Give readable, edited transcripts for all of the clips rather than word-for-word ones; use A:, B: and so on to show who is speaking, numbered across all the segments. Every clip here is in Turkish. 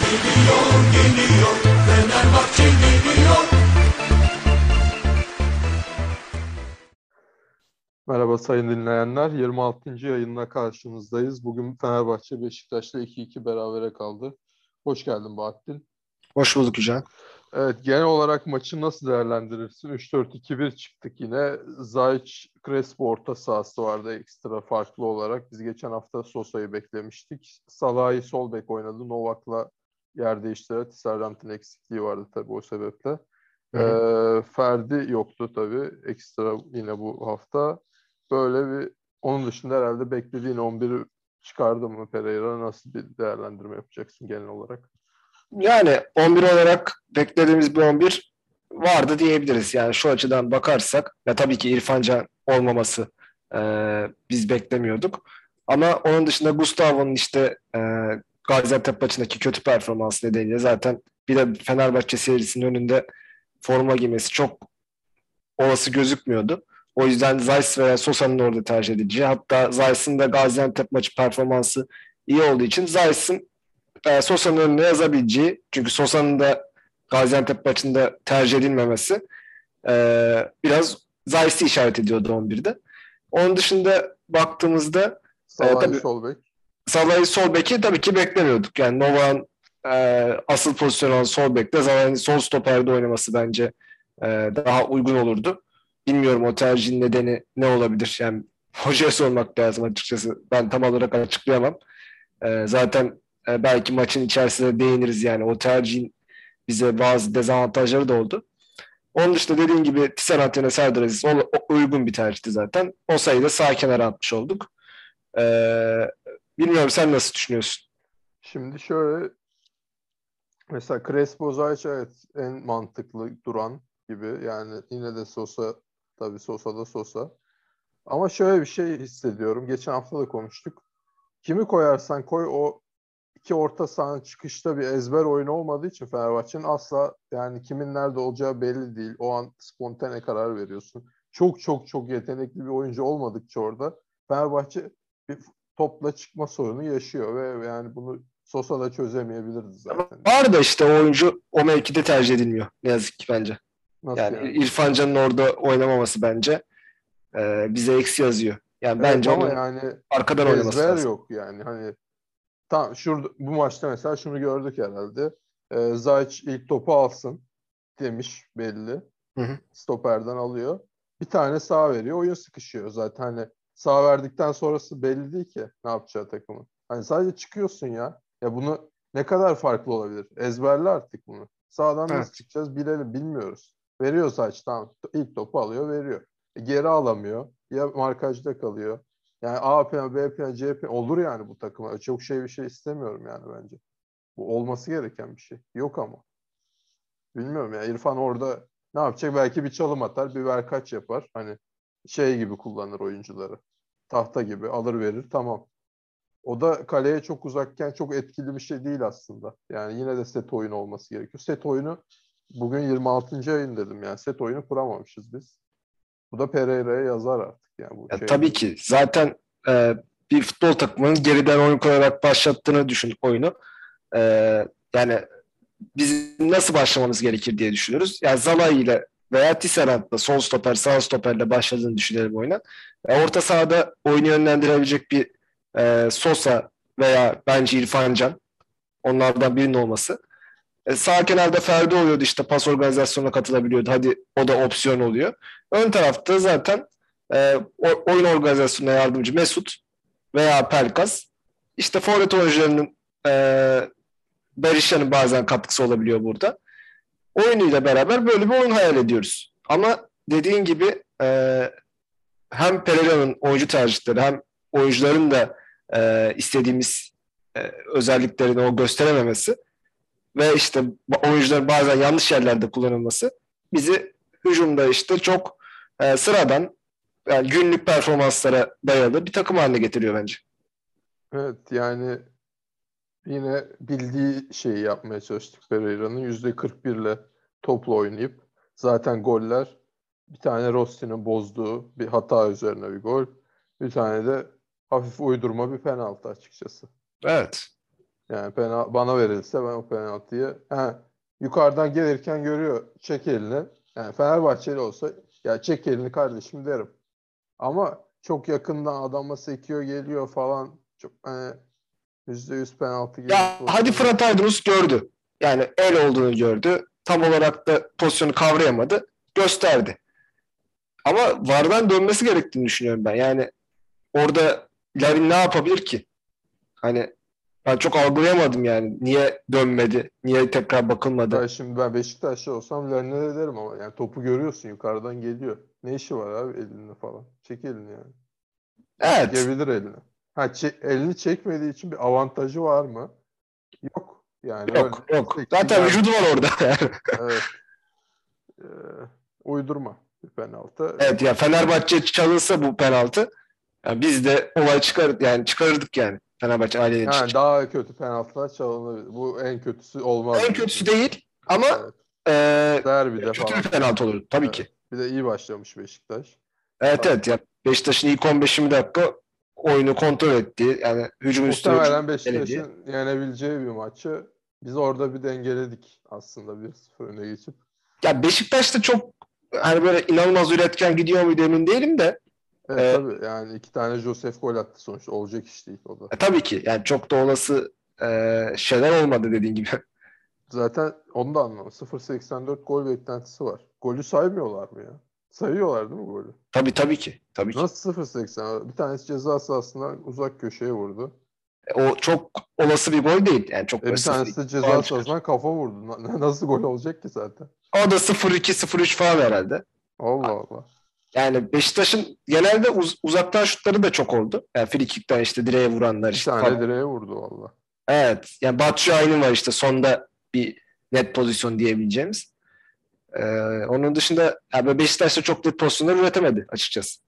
A: Geliyor, Fenerbahçe geliyor.
B: Merhaba sayın dinleyenler. 26. yayınla karşınızdayız. Bugün Fenerbahçe Beşiktaş'la 2-2 berabere kaldı. Hoş geldin Bahattin.
C: Hoş bulduk Hücan.
B: Evet, genel olarak maçı nasıl değerlendirirsin? 3-4-2-1 çıktık yine. Zayç Crespo orta sahası vardı ekstra farklı olarak. Biz geçen hafta Sosa'yı beklemiştik. Salah'ı sol bek oynadı. Novak'la yer değiştirdi. Serrant'ın eksikliği vardı tabii o sebeple.
C: Hı hı.
B: Ferdi yoktu tabii ekstra yine bu hafta. Böyle bir onun dışında herhalde beklediğin 11'i çıkardı mı Pereira? Nasıl bir değerlendirme yapacaksın genel olarak?
C: Yani 11 olarak beklediğimiz bir 11 vardı diyebiliriz. Yani şu açıdan bakarsak ya tabii ki İrfan Can olmaması biz beklemiyorduk. Ama onun dışında Gustavo'nun işte Gaziantep maçındaki kötü performansı nedeniyle zaten bir de Fenerbahçe serisinin önünde forma giymesi çok olası gözükmüyordu. O yüzden Zayt veya Sosa'nın orada tercih edileceği. Hatta Zayt'ın da Gaziantep maçı performansı iyi olduğu için Zayt'ın Sosa'nın önüne yazabileceği, çünkü Sosa'nın da Gaziantep maçında tercih edilmemesi biraz Zayt'i işaret ediyordu 11'de. Onun dışında baktığımızda
B: Salah'ı
C: tabii
B: sol bek.
C: Salah'ı sol beki tabii ki beklemiyorduk. Yani Novak'ın asıl pozisyonu olan sol bekte Salah'ın sol stoperde oynaması bence daha uygun olurdu. Bilmiyorum o tercihin nedeni ne olabilir. Yani hocaya sormak lazım açıkçası. Ben tam olarak açıklayamam. Zaten belki maçın içerisinde değiniriz yani. O tercihin bize bazı dezavantajları da oldu. Onun dışında dediğim gibi Tisserand yerine Serdar Aziz uygun bir tercihti zaten. O sayıda sağ kenara atmış olduk. Ee, Bilmiyorum sen nasıl düşünüyorsun?
B: Şimdi şöyle mesela Crespo Zayç evet en mantıklı duran gibi. Yani yine de Sosa tabii Sosa da Sosa. Ama şöyle bir şey hissediyorum. Geçen hafta da konuştuk. Kimi koyarsan koy o iki orta sahanın çıkışta bir ezber oyunu olmadığı için Fenerbahçe'nin asla yani kimin nerede olacağı belli değil. O an spontane karar veriyorsun. Çok çok çok yetenekli bir oyuncu olmadıkça orada Fenerbahçe bir topla çıkma sorunu yaşıyor ve yani bunu Sosa da çözemeyebilirdi zaten.
C: Var da işte o oyuncu o mevkide tercih edilmiyor. Ne yazık ki bence.
B: Nasıl
C: Yani
B: yani?
C: İrfan Can'ın orada oynamaması bence bize eksi yazıyor. Yani
B: Evet
C: bence
B: ama
C: onun
B: yani
C: arkadan oynaması
B: ezber
C: lazım.
B: yok yani. Hani tam şurada bu maçta mesela şunu gördük herhalde. Zayç ilk topu alsın demiş belli.
C: Hı hı.
B: Stoperden alıyor. Bir tane sağ veriyor. Oyun sıkışıyor zaten. Hani sağ verdikten sonrası belli değil ki ne yapacağı takımın. Hani sadece çıkıyorsun ya. Ya bunu ne kadar farklı olabilir? Ezberle artık bunu. Sağdan nasıl
C: Evet.
B: çıkacağız bilelim bilmiyoruz. Veriyor saç tamam. İlk topu alıyor veriyor. Geri alamıyor. Ya markajda kalıyor. Yani A plan, B plan, C plan olur yani bu takıma. Çok bir şey istemiyorum yani bence. Bu olması gereken bir şey. Yok ama. Bilmiyorum ya İrfan orada ne yapacak? Belki bir çalım atar, bir verkaç yapar. Hani şey gibi kullanır oyuncuları. Tahta gibi alır verir tamam. O da kaleye çok uzakken çok etkili bir şey değil aslında. Yani yine de set oyunu olması gerekiyor. Set oyunu bugün 26. ayın dedim yani set oyunu kuramamışız biz. Bu da Pereira'ya yazar artık yani bu
C: Ya,
B: şey
C: tabii
B: değil.
C: ki zaten e, bir futbol takımının geriden oyun kurarak başlattığını düşün oyunu. E, Yani bizim nasıl başlamamız gerekir diye düşünüyoruz. Yani Zalai ile veya Tisserand'la sol stoper, sağ stoperle başladığını düşünelim oyuna. Orta sahada oyunu yönlendirebilecek bir Sosa veya bence İrfan Can. Onlardan birinin olması. Sağ kenarda Ferdi oluyordu işte pas organizasyonuna katılabiliyordu. Hadi o da opsiyon oluyor. Ön tarafta zaten oyun organizasyonuna yardımcı Mesut veya Pelkas. İşte forvet oyuncularının e, Berisha'nın bazen katkısı olabiliyor burada. Oyunuyla beraber böyle bir oyun hayal ediyoruz. Ama dediğin gibi hem Pereira'nın oyuncu tercihleri hem oyuncuların da istediğimiz özelliklerini o gösterememesi ve işte oyuncuların bazen yanlış yerlerde kullanılması bizi hücumda işte çok sıradan yani günlük performanslara dayalı bir takım haline getiriyor bence.
B: Evet yani yine bildiği şeyi yapmaya çalıştık Pereira'nın. %41'le topla oynayıp zaten goller bir tane Rossi'nin bozduğu bir hata üzerine bir gol. Bir tane de hafif uydurma bir penaltı açıkçası.
C: Evet.
B: Yani bana verilse ben o penaltıyı yukarıdan gelirken görüyor, çek elini. Yani Fenerbahçeli olsa ya çek elini kardeşim derim. Ama çok yakından adama sekiyor geliyor falan. Çok %100 penaltı gibi bir
C: Ya hadi
B: pozisyon değil.
C: Fırat Aydınus gördü. Yani el olduğunu gördü. Tam olarak da pozisyonu kavrayamadı. Gösterdi. Ama VAR'dan dönmesi gerektiğini düşünüyorum ben. Yani orada Larin ne yapabilir ki? Hani ben çok algılayamadım yani. Niye dönmedi? Niye tekrar bakılmadı?
B: Şimdi ben Beşiktaşlı olsam lanet ederim ama yani topu görüyorsun yukarıdan geliyor. Ne işi var abi elinde falan. Çek elini yani.
C: Evet.
B: Çekebilir elini. Elini çekmediği için bir avantajı var mı? Yok. Yani öyle
C: Yok, yok.
B: sekti
C: Zaten
B: geldi.
C: vücudu var orada.
B: Evet. Ee, uydurma bir penaltı.
C: Evet ya Fenerbahçe çalınsa bu penaltı yani biz de olay çıkarırdık yani Fenerbahçe aleyhine
B: Yani
C: çıkacak.
B: daha kötü penaltılar çalınabilir. Bu en kötüsü olmaz
C: En kötüsü
B: diyorsun.
C: değil ama
B: Evet.
C: e,
B: Derbide
C: kötü bir
B: falan.
C: penaltı olurdu tabii
B: Evet.
C: ki.
B: Bir de iyi başlamış Beşiktaş.
C: Evet evet ya Beşiktaş'ın ilk 15-20 dakika oyunu kontrol ettiği yani hücum üstüne hücum
B: Muhtemelen
C: denediği.
B: Beşiktaş'ın yenebileceği bir maçı biz orada bir dengeledik aslında 1-0 öne geçip.
C: Ya Beşiktaş da çok hani böyle inanılmaz üretken gidiyor muydu emin değilim de e,
B: Tabii yani 2 tane Josef gol attı sonuçta. Olacak iş değil o da.
C: tabii ki yani çok da olası şeyler olmadı dediğin gibi.
B: Zaten onu da anlamadım. 0.84 gol beklentisi var. Golü saymıyorlar mı ya? Sayıyorlar değil mi golü?
C: Tabii ki. Tabii ki.
B: Nasıl 0.80? Bir tanesi ceza sahasından uzak köşeye vurdu.
C: O çok olası bir gol değil. Yani çok böyle
B: Bir
C: 0
B: tanesi de
C: falan
B: ceza
C: çıkar.
B: sahasından kafa vurdu. Nasıl gol olacak ki zaten?
C: O da 0-2, 0-3 falan herhalde.
B: Allah Allah.
C: Yani Beşiktaş'ın genelde uzaktan şutları da çok oldu. Yani frikikten işte direğe vuranlar
B: Bir
C: işte
B: tane
C: falan.
B: direğe vurdu valla.
C: Evet. Yani Batshuayi'nin var işte sonda bir net pozisyon diyebileceğimiz. Ee, onun dışında yani Beşiktaş'ta çok net pozisyonlar üretemedi açıkçası.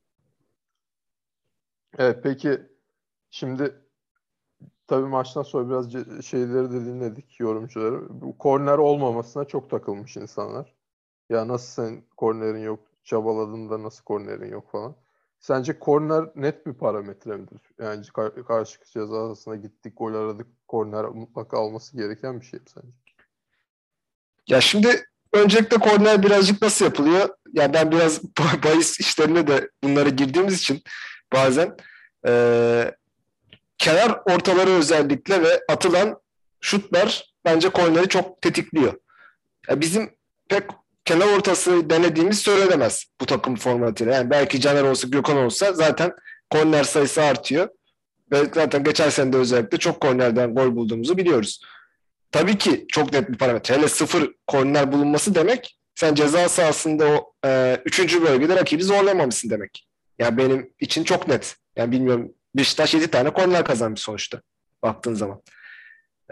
B: Evet peki şimdi tabii maçtan sonra biraz şeyleri de dinledik yorumcuları. Bu korner olmamasına çok takılmış insanlar. Ya nasıl sen kornerin yok, çabaladın da nasıl kornerin yok falan. Sence korner net bir parametre midir? Yani karşı ceza sahasına gittik, gol aradık, korner mutlaka alması gereken bir şey mi sence?
C: Ya şimdi öncelikle korner birazcık nasıl yapılıyor? Ya ben biraz bahis işlerine de bunlara girdiğimiz için bazen ee, kenar ortaları özellikle ve atılan şutlar bence korneri çok tetikliyor. Ya bizim pek kenar ortası denediğimiz söylenemez bu takım formatıyla. Yani belki Caner olsa, Gökhan olsa zaten korner sayısı artıyor. Ve zaten geçen sene de özellikle çok kornerden gol bulduğumuzu biliyoruz. Tabii ki çok net bir parametre. Hele sıfır korner bulunması demek sen ceza sahasında o üçüncü bölgede rakibi zorlamamışsın demek. Yani benim için çok net. Yani bilmiyorum Beşiktaş 7 tane korner kazanmış sonuçta baktığın zaman. E,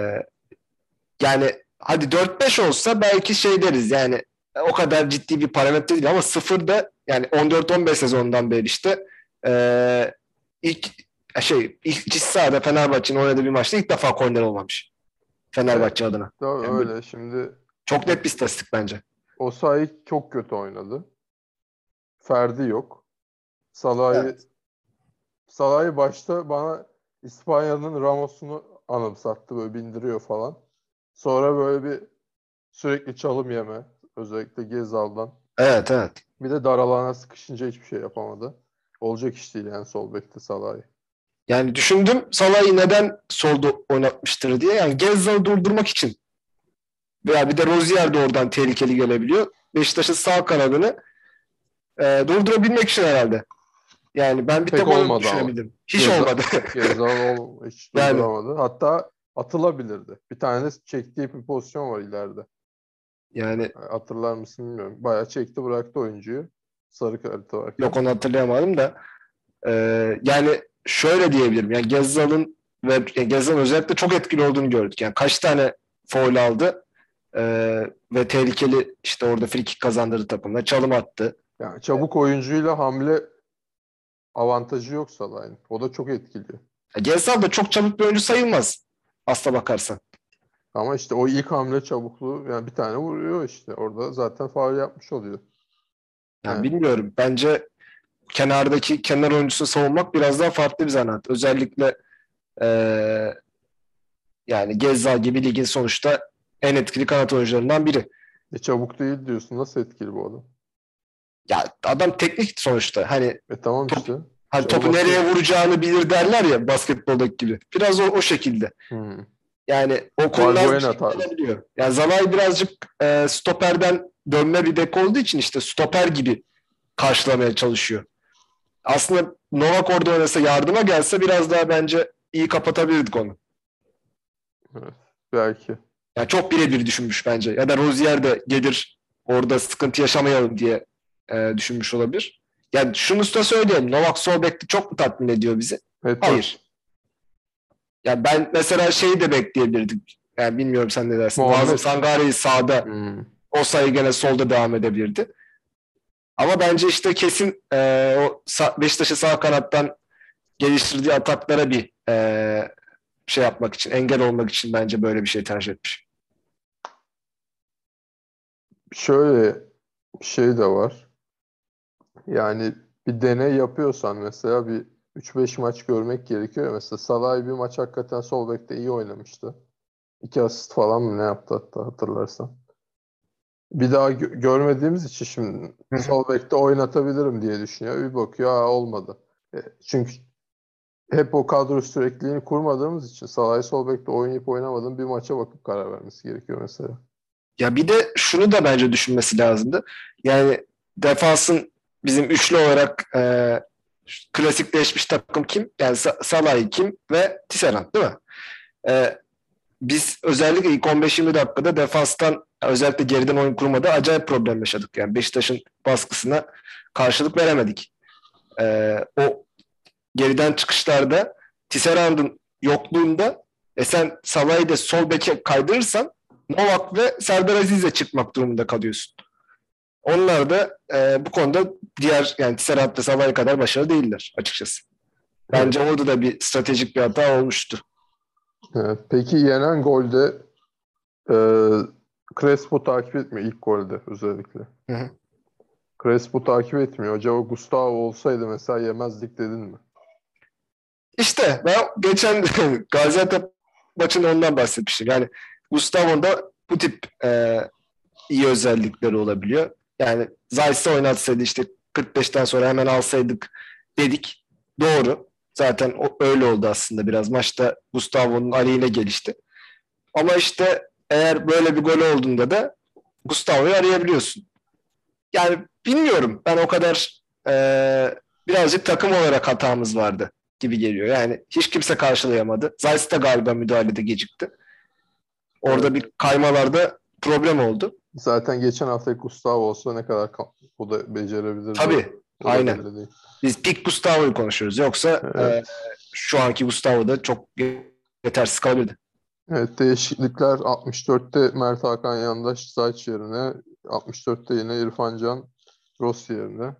C: yani hadi 4-5 olsa belki şey deriz yani o kadar ciddi bir parametre değil ama sıfırda yani 14-15 sezondan beri işte ilk ilk iç sahada Fenerbahçe'nin oynadığı bir maçta ilk defa korner olmamış.
B: Evet,
C: Fenerbahçe adına.
B: tabii
C: Yani bu
B: öyle. Şimdi
C: çok
B: o,
C: net bir istatistik bence.
B: Osayi çok kötü oynadı. Ferdi yok. Salah'ı
C: Evet.
B: Salah'ı başta bana İspanya'nın Ramos'unu anımsattı. Böyle bindiriyor falan. Sonra böyle bir sürekli çalım yeme. Özellikle Gezal'dan.
C: Evet evet.
B: Bir de dar alana sıkışınca hiçbir şey yapamadı. Olacak iş değil yani sol bekte Salah'ı.
C: Yani düşündüm Salah'ı neden solda oynatmıştır diye. Yani Gezzal'ı durdurmak için. Veya bir de Rozier de oradan tehlikeli gelebiliyor. Beşiktaş'ın sağ kanadını durdurabilmek için herhalde. Yani ben bir
B: Pek
C: tek onu
B: olmadı ama.
C: düşünebildim. Hiç olmadı.
B: Hiç
C: yani
B: durduramadı. Hatta atılabilirdi. Bir tane çektiği bir pozisyon var ileride.
C: yani
B: Hatırlar mısın bilmiyorum. Bayağı çekti bıraktı oyuncuyu. Sarı kart
C: yok
B: varken.
C: onu hatırlayamadım da e, yani şöyle diyebilirim. Yani Gezzal'ın özellikle çok etkili olduğunu gördük. Yani kaç tane faul aldı e, ve tehlikeli işte orada free kick kazandırdı takımına. Çalım attı.
B: Yani çabuk oyuncuyla hamle avantajı yok Salah'ın. O da çok etkili.
C: Gezzal da çok çabuk bir oyuncu sayılmaz aslına bakarsan.
B: Ama işte o ilk hamle çabukluğu yani bir tane vuruyor işte. Orada zaten faul yapmış oluyor.
C: Yani
B: Yani
C: bilmiyorum. Bence kenardaki kenar oyuncusunu savunmak biraz daha farklı bir zanaat. Özellikle e, Yani Gezzal gibi ligin sonuçta en etkili kanat oyuncularından biri.
B: Çabuk değil diyorsun. Nasıl etkili bu adam?
C: Ya adam teknik sonuçta. Hani
B: Tamam
C: top,
B: işte.
C: hani topu
B: Olması.
C: nereye vuracağını bilir derler ya basketboldaki gibi. Biraz o şekilde.
B: Hmm.
C: Yani o kurnaz bir
B: Valbuena
C: şekilde
B: tarzı.
C: olabiliyor. Yani Zalai birazcık stoperden dönme bir bek olduğu için işte stoper gibi karşılamaya çalışıyor. Aslında Novak orada oynasa yardıma gelse biraz daha bence iyi kapatabilirdik onu.
B: Evet. Belki.
C: Yani çok birebir düşünmüş bence. Ya da Rozier de gelir orada sıkıntı yaşamayalım diye düşünmüş olabilir. Yani şunu da söyleyeyim. Novak sol bekte çok mu tatmin ediyor bizi?
B: Etmez.
C: Hayır. Yani ben mesela şeyi de bekleyebilirdim. Yani bilmiyorum sen ne dersin. Nazım
B: Muhammed.
C: Sangare'yi sağda,
B: Hmm.
C: o sayı gene solda devam edebilirdi. Ama bence işte kesin o Beşiktaş'ı sağ kanattan geliştirdiği ataklara bir şey yapmak için, engel olmak için bence böyle bir şey tercih etmiş.
B: Şöyle bir şey de var. Yani bir deney yapıyorsan mesela bir 3-5 maç görmek gerekiyor ya. Mesela Salah bir maç hakikaten sol bekte iyi oynamıştı. 2 asist falan mı ne yaptı hatta hatırlarsan. Bir daha görmediğimiz için şimdi
C: Hı hı.
B: sol bekte oynatabilirim diye düşünüyor. Bir bakıyor olmadı. Çünkü hep o kadro sürekliliğini kurmadığımız için Salah'ı sol bekte oynayıp oynamadığım bir maça bakıp karar vermesi gerekiyor mesela.
C: Ya bir de şunu da bence düşünmesi lazımdı. Yani defansın bizim üçlü olarak klasikleşmiş takım kim? Yani Salah kim ve Tisserand değil mi? E, Biz özellikle ilk 15-20 dakikada defanstan özellikle geriden oyun kurmada acayip problem yaşadık. Yani Beşiktaş'ın baskısına karşılık veremedik. O geriden çıkışlarda Tisserand'ın yokluğunda sen Salah'ı da sol beke kaydırırsan Novak ve Serdar Aziz'le çıkmak durumunda kalıyorsun. Onlar da bu konuda diğer yani Tisserand ve Salah'ı kadar başarılı değiller açıkçası.
B: Evet.
C: Bence orada da bir stratejik bir hata olmuştu.
B: Evet. Peki yenen golde e, Crespo takip etmiyor ilk golde özellikle.
C: Hı hı.
B: Crespo takip etmiyor. Acaba Gustavo olsaydı mesela yemezdik dedin mi?
C: İşte ben geçen Gaziantep maçında ondan bahsetmiştim. Yani Gustavo'nun da bu tip iyi özellikleri olabiliyor. Yani Zayt'sı oynatsaydı işte 45'ten sonra hemen alsaydık dedik. Doğru. Zaten öyle oldu aslında biraz. Maçta Gustavo'nun aleyhine gelişti. Ama işte eğer böyle bir gol olduğunda da Gustavo'yu arayabiliyorsun. Yani bilmiyorum. Ben o kadar birazcık takım olarak hatamız vardı gibi geliyor. Yani hiç kimse karşılayamadı. Zayt da galiba müdahalede gecikti.
B: Evet.
C: Orada bir kaymalarda problem oldu.
B: Zaten geçen hafta Gustavo olsa ne kadar o da becerebilirdi.
C: Tabii.
B: O da
C: Aynen.
B: belli değil.
C: Biz Pik Gustavo'yu konuşuyoruz. Yoksa
B: Evet.
C: şu anki Gustavo da çok yetersiz kalabilirdi.
B: Evet, değişiklikler 64'te Mert Hakan Yandaş Zayç yerine, 64'te yine İrfan Can Rossi yerine.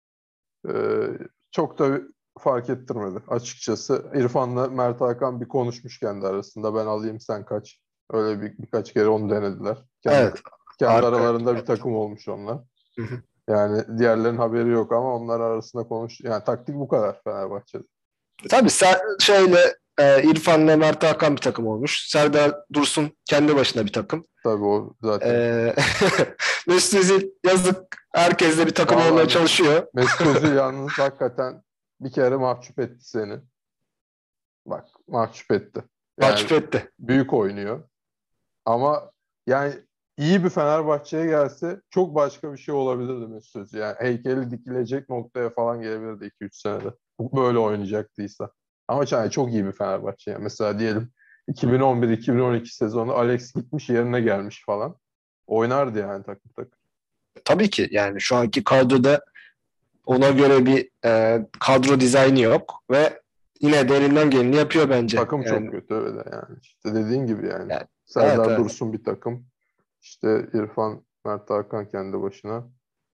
B: Ee, Çok da fark ettirmedi açıkçası. İrfan'la Mert Hakan bir konuşmuş kendi arasında. Ben alayım sen kaç. Öyle birkaç kere onu denediler.
C: Evet.
B: Kendi
C: Arka.
B: aralarında bir takım olmuş onlar.
C: Hı hı.
B: Yani diğerlerinin haberi yok ama onlar arasında konuş. Yani taktik bu kadar Fenerbahçe'de.
C: Tabii şeyle İrfan'la Mert Hakan bir takım olmuş. Serdar Dursun kendi başına bir takım.
B: Tabii o zaten.
C: E, Mesut Özil yazık herkesle bir takım olmaya
B: Vallahi
C: çalışıyor.
B: Mesut Özil yalnız hakikaten bir kere mahcup etti seni. Bak mahcup etti. Yani
C: Mahcup etti.
B: büyük oynuyor. Ama yani iyi bir Fenerbahçe'ye gelse çok başka bir şey olabilirdi Mesut Özil. Yani heykeli dikilecek noktaya falan gelebilirdi 2-3 senede. Böyle oynayacaktıysa. Ama yani çok iyi bir Fenerbahçe. Yani mesela diyelim 2011-2012 sezonu Alex gitmiş yerine gelmiş falan. Oynardı yani takım takım.
C: Tabii ki yani şu anki kadroda ona göre bir kadro dizaynı yok ve yine de elinden geleni yapıyor bence.
B: Takım çok
C: Yani,
B: kötü öyle yani. İşte dediğin gibi yani.
C: yani evet,
B: Serdar
C: evet.
B: Dursun bir takım. İşte İrfan, Mert Hakan kendi başına.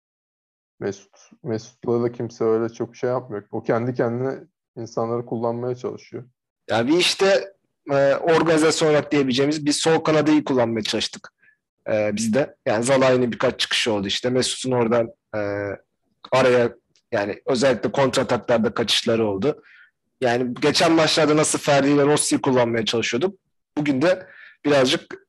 B: Mesut'la da kimse öyle çok şey yapmıyor. O kendi kendine insanları kullanmaya çalışıyor.
C: Yani bir işte organizasyon olarak diyebileceğimiz bir sol kanadı iyi kullanmaya çalıştık biz de. Yani Zalai'nin birkaç çıkışı oldu işte. Mesut'un oradan araya yani özellikle kontrataklarda kaçışları oldu. Yani geçen maçlarda nasıl Ferdi ile Rossi'yi kullanmaya çalışıyorduk. Bugün de birazcık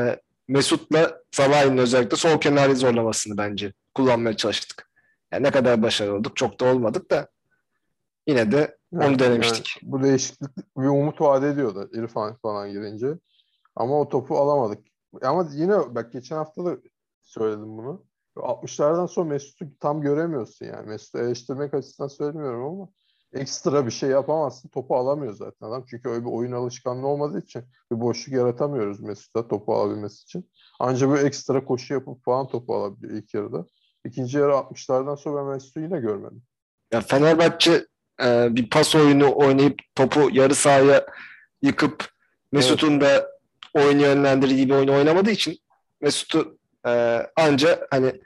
C: Mesut'la Salah'ın özellikle sol kenarı zorlamasını bence kullanmaya çalıştık. Yani ne kadar başarılı olduk çok da olmadık da yine de onu
B: Yani
C: denemiştik.
B: bu değişiklik bir umut vaat ediyordu İrfan falan girince. Ama o topu alamadık. Ama yine bak geçen hafta da söyledim bunu. 60'lardan sonra Mesut'u tam göremiyorsun yani. Mesut'u eleştirmek açısından söylemiyorum ama ekstra bir şey yapamazsın. Topu alamıyor zaten adam. Çünkü öyle bir oyun alışkanlığı olmadığı için bir boşluk yaratamıyoruz Mesut'a topu alabilmesi için. Ancak böyle ekstra koşu yapıp falan topu alabiliyor ilk yarıda. İkinci yarı 60'lardan sonra ben Mesut'u yine görmedim.
C: Ya Fenerbahçe bir pas oyunu oynayıp topu yarı sahaya yıkıp
B: Evet.
C: Mesut'un da oyunu yönlendirdiği bir oyun oynamadığı için Mesut'u anca hani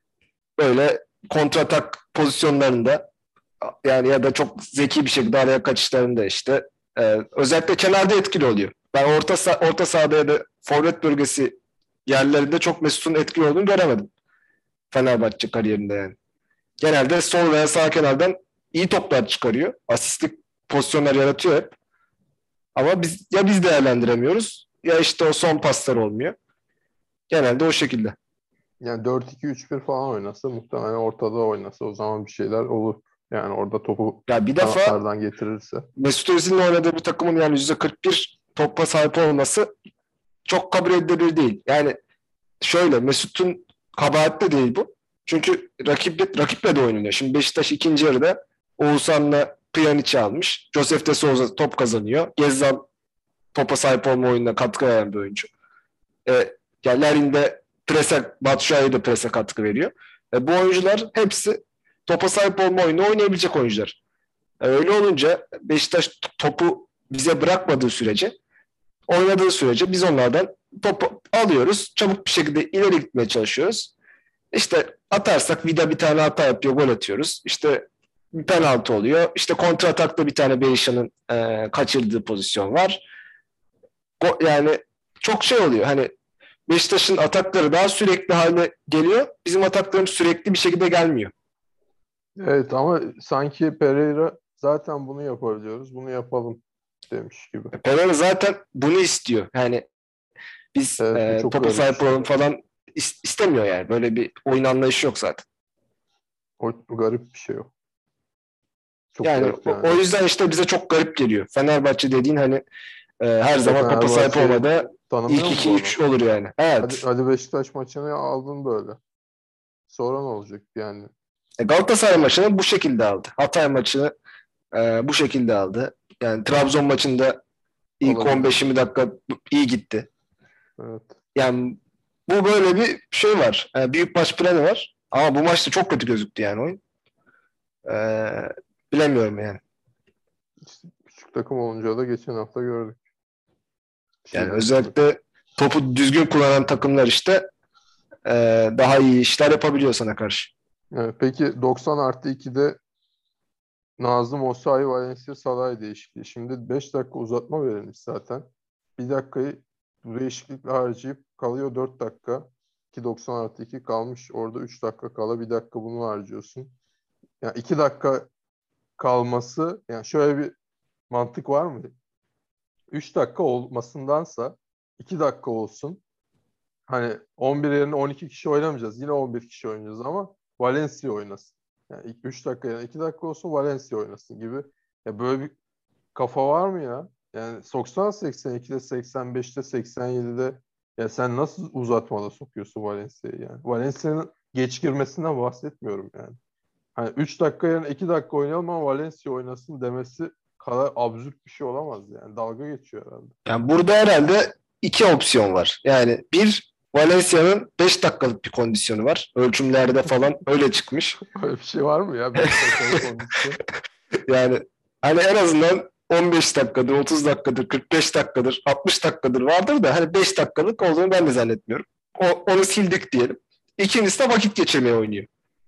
C: böyle kontratak pozisyonlarında yani ya da çok zeki bir şekilde araya kaçışlarında işte özellikle kenarda etkili oluyor. Ben orta sahada ya da forvet bölgesi yerlerinde çok Mesut'un etkili olduğunu göremedim Fenerbahçe kariyerinde yani. Genelde sol veya sağ kenardan iyi toplar çıkarıyor. Asistlik pozisyonlar yaratıyor hep. Ama biz değerlendiremiyoruz ya işte o son paslar olmuyor. Genelde o şekilde.
B: Yani 4-2-3-1 falan oynasa muhtemelen ortada oynasa o zaman bir şeyler olur. Yani orada topu
C: Ya bir defa
B: kanatlardan getirirse.
C: Mesut Özil'in oynadığı bir takımın yani %41 topa sahip olması çok kabul edilebilir değil. Yani şöyle Mesut'un kabahati de değil bu. Çünkü rakiple de oynanıyor. Şimdi Beşiktaş ikinci yarıda Oğuzhan'la Pjanic'i almış. Josef de Souza top kazanıyor. Gezzal topa sahip olma oyununa katkı veren bir oyuncu. Yani Larin de Batshuayi de prese katkı veriyor. Bu oyuncular hepsi topa sahip olma oyunu oynayabilecek oyuncular. Öyle olunca Beşiktaş topu bize bırakmadığı sürece, oynadığı sürece biz onlardan topu alıyoruz. Çabuk bir şekilde ileri gitmeye çalışıyoruz. İşte atarsak Vida bir tane hata yapıyor, gol atıyoruz. İşte bir penaltı oluyor. İşte kontra atakta bir tane Berisha'nın kaçırdığı pozisyon var. Yani çok şey oluyor. Hani Beşiktaş'ın atakları daha sürekli hale geliyor. Bizim ataklarımız sürekli bir şekilde gelmiyor.
B: Evet ama sanki Pereira zaten bunu yapabiliyoruz. Bunu yapalım demiş gibi.
C: Pereira zaten bunu istiyor. Yani biz
B: Evet bu çok
C: topa
B: garip bir
C: sahip
B: şey.
C: olalım falan istemiyor yani. Böyle bir oyun anlayışı yok zaten.
B: O garip bir şey o. Çok
C: Yani
B: garip
C: o
B: yani.
C: yüzden işte bize çok garip geliyor. Fenerbahçe dediğin hani her
B: İşte
C: zaman topa sahip
B: Fenerbahçe'yi
C: olmada
B: tanımıyor
C: ilk
B: mu bu adam?
C: 2-3 olur yani.
B: Hadi,
C: Evet.
B: hadi Beşiktaş maçını aldın böyle. Sonra ne olacak yani?
C: Galatasaray maçını bu şekilde aldı. Hatay maçını bu şekilde aldı. Yani Trabzon maçında ilk
B: Olabilir.
C: 15-20 dakika iyi gitti.
B: Evet.
C: Yani bu böyle bir şey var. Büyük maç planı var. Ama bu maçta çok kötü gözüktü yani oyun. Ee, bilemiyorum yani.
B: İşte küçük takım olunca da geçen hafta gördük. Bir şey
C: Yani
B: değişmedi.
C: özellikle topu düzgün kullanan takımlar işte daha iyi işler yapabiliyor sana karşı.
B: Evet, peki 90+2'de Nazım Osayi Valencia Salah'ı değişikliği. Şimdi 5 dakika uzatma verilmiş zaten. Bir dakikayı bu değişiklikle harcayıp kalıyor 4 dakika. 2.90+2 kalmış. Orada 3 dakika kala bir dakika bunu harcıyorsun. Yani 2 dakika kalması yani şöyle bir mantık var mı? 3 dakika olmasındansa 2 dakika olsun. Hani 11 yerine 12 kişi oynamayacağız. Yine 11 kişi oynayacağız ama Valencia oynasın. Yani 3 dakika yerine 2 dakika olsun Valencia oynasın gibi. Ya böyle bir kafa var mı ya? Yani soksan 82'de, 85'te, 87'de ya sen nasıl uzatmada sokuyorsun Valencia'yı yani? Valencia'nın geç girmesinden bahsetmiyorum yani. Hani 3 dakika yerine 2 dakika oynayalım ama Valencia oynasın demesi kadar absürt bir şey olamaz yani. Dalga geçiyor herhalde.
C: Yani burada herhalde iki opsiyon var. Yani bir Valencia'nın 5 dakikalık bir kondisyonu var. Ölçümlerde falan öyle çıkmış.
B: Öyle bir şey var mı ya? 5 dakikalık kondisyon.
C: Yani hani en azından 15 dakikadır, 30 dakikadır, 45 dakikadır, 60 dakikadır vardır da hani 5 dakikalık olduğunu ben de zannetmiyorum. Onu sildik diyelim. İkincisi de vakit geçirmeye oynuyor.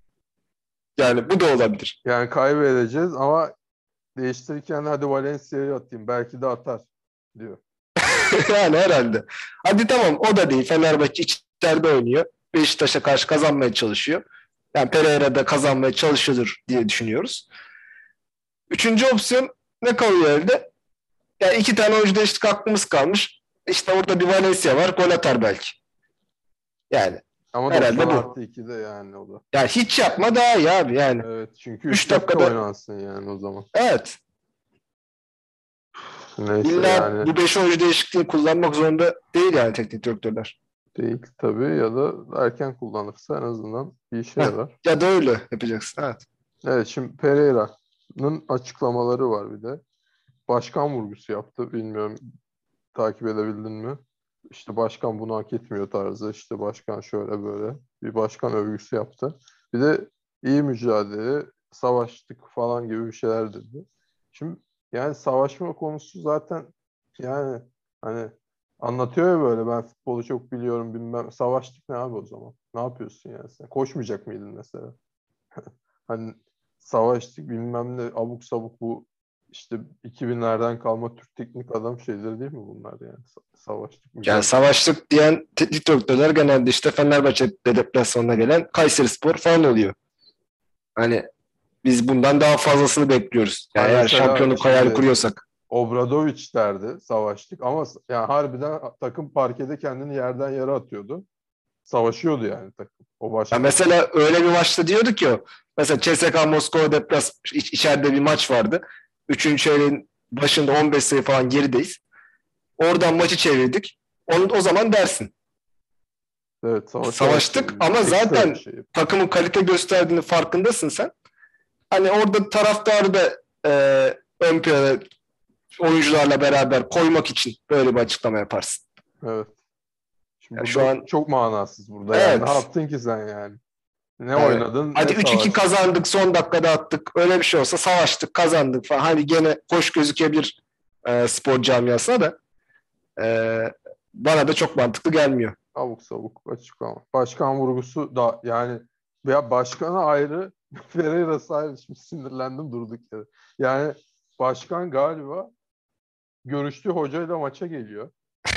C: Yani bu da olabilir.
B: Yani kaybedeceğiz ama değiştirirken hadi Valencia'yı atayım. Belki de atar diyor.
C: Yani herhalde. Hadi tamam o da değil. Fenerbahçe içeride oynuyor. Beşiktaş'a karşı kazanmaya çalışıyor. Yani Pereira da kazanmaya çalışıyordur diye düşünüyoruz. Üçüncü opsiyon ne kalıyor elde? Yani iki tane oyuncu değişiklik hakkımız kalmış. işte orada bir Valencia var, gol atar belki. Yani
B: Ama
C: herhalde
B: 90
C: bu.
B: artı 2'de yani o da.
C: Yani hiç yapma daha iyi abi yani.
B: Evet, çünkü
C: 3
B: 3 dakika
C: dakikada
B: oynansın yani o zaman.
C: evet.
B: Neyse
C: İlla
B: yani
C: bu 5 oyuncu değişikliğini kullanmak zorunda değil yani teknik direktörler.
B: değil tabii, ya da erken kullanırsa en azından bir işe
C: Heh,
B: yarar.
C: ya da öyle yapacaksın. Evet.
B: Evet, şimdi Pereira'nın açıklamaları var bir de. Başkan vurgusu yaptı. Bilmiyorum, takip edebildin mi? İşte başkan bunu hak etmiyor tarzı. İşte başkan şöyle böyle. Bir başkan övgüsü yaptı. Bir de iyi mücadele, savaştık falan gibi bir şeyler dedi. Şimdi yani savaşma konusu zaten yani hani anlatıyor ya böyle, ben futbolu çok biliyorum bilmem. Savaştık ne abi o zaman? Ne yapıyorsun yani sen? Koşmayacak mıydın mesela? Hani savaştık bilmem ne abuk sabuk, bu işte 2000'lerden kalma Türk teknik adam şeyleri değil mi bunlar yani? Savaştık,
C: Yani
B: mücadele.
C: savaştık diyen teknik direktörler genelde işte Fenerbahçe deplasmanına gelen Kayserispor falan oluyor. Hani biz bundan daha fazlasını bekliyoruz. Yani
B: Hani
C: eğer
B: mesela
C: şampiyonluk hayali
B: şimdi
C: kuruyorsak.
B: Obradoviç derdi savaştık, ama yani harbiden takım parkede kendini yerden yere atıyordu. Savaşıyordu yani takım. O
C: Ya
B: başka.
C: mesela öyle bir maçta diyordu ki o. Mesela CSKA Moskova içeride bir maç vardı. Üçüncü çeyreğin başında 15 sayı falan gerideyiz. Oradan maçı çevirdik. O zaman dersin.
B: Evet, savaşarak
C: Savaştık ama
B: çevirdik. Ekstra bir
C: zaten
B: şey.
C: takımın kalite gösterdiğini farkındasın sen. Hani orada taraftarı da ön plana oyuncularla beraber koymak için böyle bir açıklama yaparsın.
B: Evet. Şimdi
C: Ya şu
B: burada
C: an
B: çok manasız burada yani. Ne
C: evet.
B: yaptın ki sen yani? Ne
C: Yani
B: oynadın,
C: hadi
B: ne
C: 3-2
B: savaştın.
C: kazandık, son dakikada attık. Öyle bir şey olsa savaştık, kazandık falan. Hani gene hoş gözükebilir spor camiasına da bana da çok mantıklı gelmiyor.
B: Abuk sabuk açıklama. Başkan vurgusu da yani, ya başkana ayrı, Ferreira'sı ayrı. Şimdi sinirlendim durduk yere. Yani başkan galiba görüştüğü hocayla maça geliyor.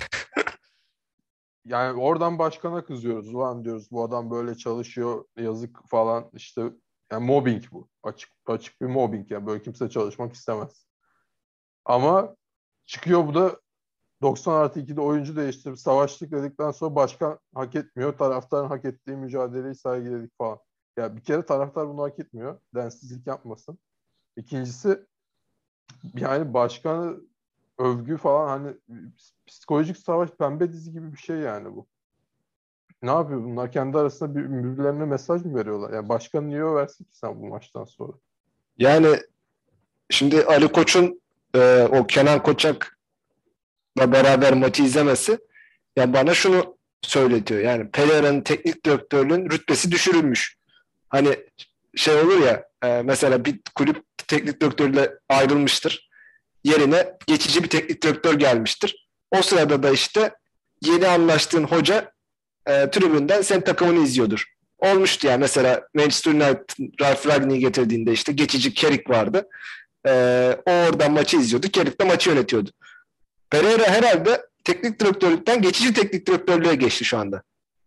B: Yani oradan başkana kızıyoruz. Ulan diyoruz, bu adam böyle çalışıyor, yazık falan işte. Yani mobbing bu. Açık açık bir mobbing yani. Böyle kimse çalışmak istemez. Ama çıkıyor bu da 90 artı 2'de oyuncu değiştirip savaştık dedikten sonra başkan hak etmiyor. Taraftarın hak ettiği mücadeleyi sergiledik falan. Ya bir kere taraftar bunu hak etmiyor. Densizlik yapmasın. İkincisi, yani başkanı övgü falan, hani psikolojik savaş, pembe dizi gibi bir şey yani bu. Ne yapıyor bunlar? Kendi arasında birbirlerine mesaj mı veriyorlar? Yani başkan niye översin ki sen bu maçtan sonra?
C: Yani şimdi Ali Koç'un o Kenan Koçak'la beraber maçı izlemesi ya bana şunu söyletiyor. Yani Pereira'nın teknik direktörlüğün rütbesi düşürülmüş. Hani şey olur ya mesela bir kulüp teknik direktörle ayrılmıştır. Yerine geçici bir teknik direktör gelmiştir. O sırada da işte yeni anlaştığın hoca tribünden senin takımını izliyordur. Olmuştu yani mesela Manchester United Ralf Rangnick'i getirdiğinde işte geçici Carrick vardı. O oradan maçı izliyordu. Carrick de maçı yönetiyordu. Pereira herhalde teknik direktörlükten geçici teknik direktörlüğe geçti şu anda.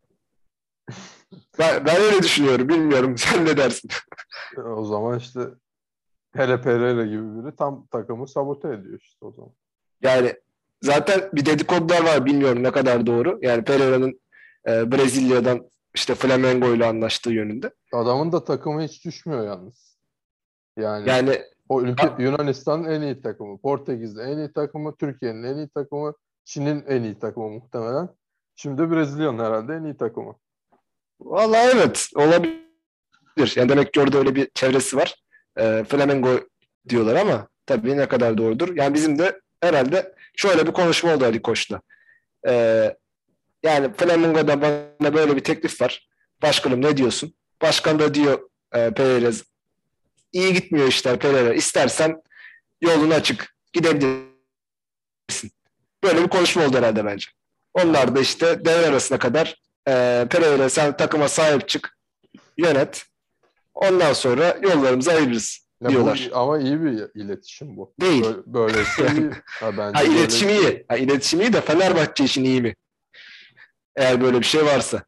C: Ben öyle düşünüyorum. Bilmiyorum. Sen ne dersin?
B: O zaman işte Hele Pereira gibi biri tam takımı sabote ediyor işte o zaman.
C: Yani zaten bir dedikodular var. Bilmiyorum ne kadar doğru. Yani Pereira'nın Brezilya'dan işte Flamengo ile anlaştığı yönünde.
B: Adamın da takımı hiç düşmüyor yalnız. Yani
C: Yani
B: Yunanistan'ın en iyi takımı, Portekiz'in en iyi takımı, Türkiye'nin en iyi takımı, Çin'in en iyi takımı muhtemelen. Şimdi Brezilya'nın herhalde en iyi takımı.
C: vallahi evet olabilir. Yani demek ki orada öyle bir çevresi var. Flamengo diyorlar ama tabii ne kadar doğrudur. Yani bizim de herhalde şöyle bir konuşma oldu Ali Koç'la. Ee, Yani Flamengo'da bana böyle bir teklif var. Başkanım ne diyorsun? Başkan da diyor Pereira iyi gitmiyor işler Pereira. İstersen yolun açık. Gidebilirsin. Böyle bir konuşma oldu herhalde bence. Onlar
B: Ha.
C: da işte devre arasına kadar Pereira sen takıma sahip çık, yönet. Ondan sonra yollarımızı ayırırız
B: Ya bu
C: diyorlar.
B: ama iyi bir iletişim bu.
C: Değil.
B: Böyleyse iyi. Ha,
C: Ha,
B: bence
C: iletişim
B: böyleyse iyi.
C: iyi. Ha, iletişim iyi de Fenerbahçe için iyi mi? Eğer böyle bir şey varsa.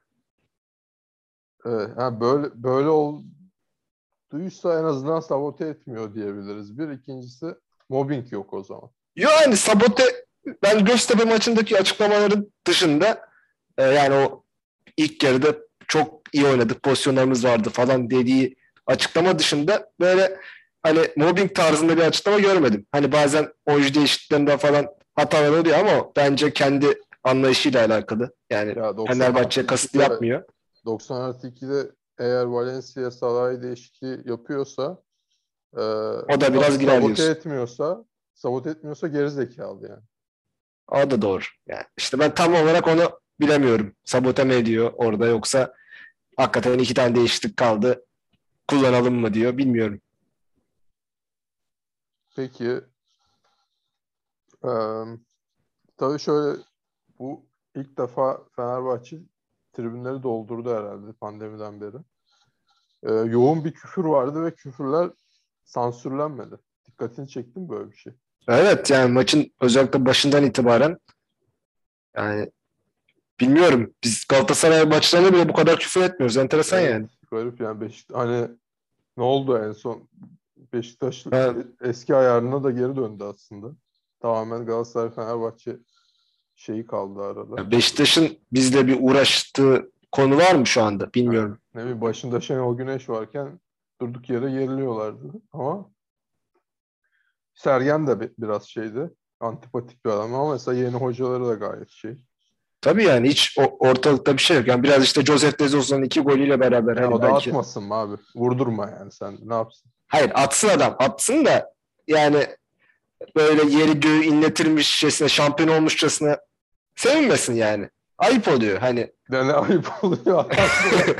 B: Evet, ha, böyle olduysa en azından sabote etmiyor diyebiliriz. Bir, ikincisi mobbing yok o zaman.
C: Yani sabote ben Göztepe maçındaki açıklamaların dışında yani o ilk yarıda çok iyi oynadık, pozisyonlarımız vardı falan dediği açıklama dışında böyle hani mobbing tarzında bir açıklama görmedim. Hani bazen oyuncu değişikliklerinden falan hatalar oluyor ama bence kendi anlayışıyla alakalı. Yani
B: Ya 90 artı
C: Fenerbahçe'ye kasıtlı
B: 2'de
C: yapmıyor.
B: 90 artı 2'de eğer Valencia Salah'ı değişikliği yapıyorsa e,
C: O da biraz girer diyorsun.
B: sabote etmiyorsa geri zekalı yani.
C: O da doğru. Yani işte ben tam olarak onu bilemiyorum. Sabote mi ediyor orada yoksa hakikaten iki tane değişiklik kaldı. Kullanalım mı diyor. Bilmiyorum.
B: Peki e, tabii şöyle bu ilk defa Fenerbahçe tribünleri doldurdu herhalde pandemiden beri. Yoğun bir küfür vardı ve küfürler sansürlenmedi. Dikkatini çekti mi böyle bir şey?
C: Evet yani maçın özellikle başından itibaren yani bilmiyorum. Biz Galatasaray maçlarında bile bu kadar küfür etmiyoruz. Enteresan
B: Evet,
C: yani.
B: garip yani hani ne oldu en son? Beşiktaş
C: Ben,
B: eski ayarına da geri döndü aslında. Tamamen Galatasaray Fenerbahçe şeyi kaldı arada.
C: Beşiktaş'ın bizle bir uğraştığı konu var mı şu anda?
B: Yani,
C: Bilmiyorum.
B: ne bileyim başında Şenol Güneş varken durduk yere yeriliyorlardı. Ama Sergen de biraz şeydi. Antipatik bir adam ama mesela yeni hocaları da gayet şey.
C: Tabii yani hiç ortalıkta bir şey yok. Yani biraz işte Josef de Sousa'nın iki golüyle beraber
B: Ya
C: hani
B: o da
C: belki.
B: atmasın mı abi? Vurdurma yani sen. Ne yapsın?
C: Hayır atsın adam. Atsın da yani böyle yeri göğü inletirmişçesine, şampiyon olmuşçasına sevinmesin yani. Ayıp oluyor hani.
B: Yani ayıp oluyor adam.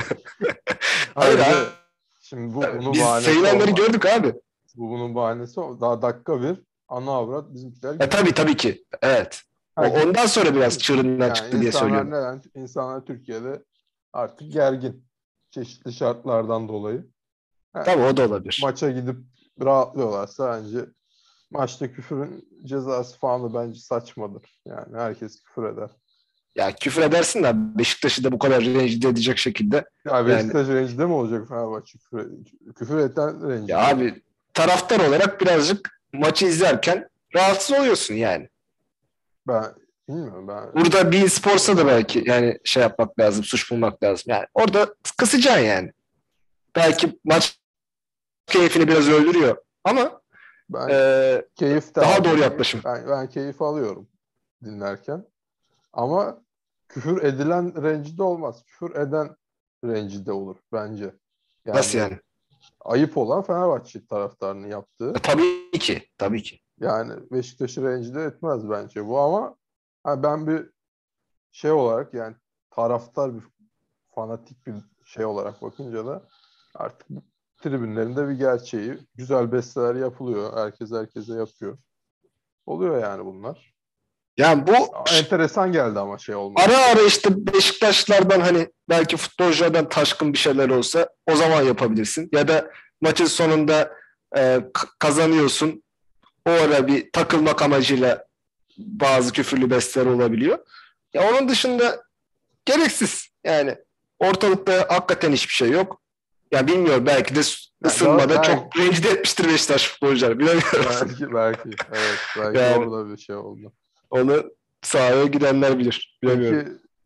B: Ha
C: Hayır
B: bir
C: abi.
B: de şimdi bunun
C: Biz
B: bahanesi
C: sevinenleri
B: olmaz.
C: gördük abi.
B: Bunun bahanesi daha dakika bir ana avrat bizimkiler
C: Tabii
B: gitti.
C: tabii ki. Evet.
B: Herkes
C: Ondan sonra biraz
B: gitti.
C: çığırından
B: Yani
C: çıktı diye söylüyorum.
B: insanlar Türkiye'de artık gergin. Çeşitli şartlardan dolayı. Ha,
C: Tabii o da olabilir.
B: maça gidip rahatlıyorlarsa bence maçta küfürün cezası falan da bence saçmadır. Yani herkes küfür eder.
C: Ya küfür edersin de Beşiktaş'ı da bu kadar rencide edecek şekilde
B: Ya
C: yani
B: Beşiktaş rencide mi olacak Fenerbahçe küfür eden
C: ya
B: rencide olur.
C: abi taraftar olarak birazcık maçı izlerken rahatsız oluyorsun yani.
B: Ben bilmiyorum ben.
C: Burada Bein Sports'a da belki yani şey yapmak lazım, suç bulmak lazım. Yani orada kısacaksın yani. Belki maç keyfini biraz öldürüyor ama
B: Ben
C: e,
B: keyif de
C: daha doğru
B: aldım.
C: yaklaşım.
B: Ben keyif alıyorum dinlerken. Ama küfür edilen rencide olmaz. Küfür eden rencide olur bence.
C: Nasıl
B: Yani
C: yani?
B: ayıp olan Fenerbahçe taraftarının yaptığı.
C: Tabii ki, tabii ki.
B: Yani Beşiktaş'ı rencide etmez bence bu ama ben bir şey olarak yani taraftar bir fanatik bir şey olarak bakınca da artık tribünlerinde bir gerçeği güzel besteler yapılıyor. Herkes herkese yapıyor. Oluyor yani bunlar.
C: Yani bu
B: Enteresan geldi ama şey
C: ara
B: olması.
C: ara işte Beşiktaşlardan hani belki futbolculardan taşkın bir şeyler olsa o zaman yapabilirsin. Ya da maçın sonunda kazanıyorsun. O ara bir takılmak amacıyla bazı küfürlü besteler olabiliyor. Ya onun dışında gereksiz. Yani ortalıkta hakikaten hiçbir şey yok. Ya bilmiyorum belki de
B: Yani
C: ısınmada çok rencide etmiştir Beşiktaş futbolcular. Bilemiyorum.
B: belki evet belki
C: Yani
B: orada bir şey oldu.
C: onu sahaya gidenler bilir. Bilemiyorum.
B: Peki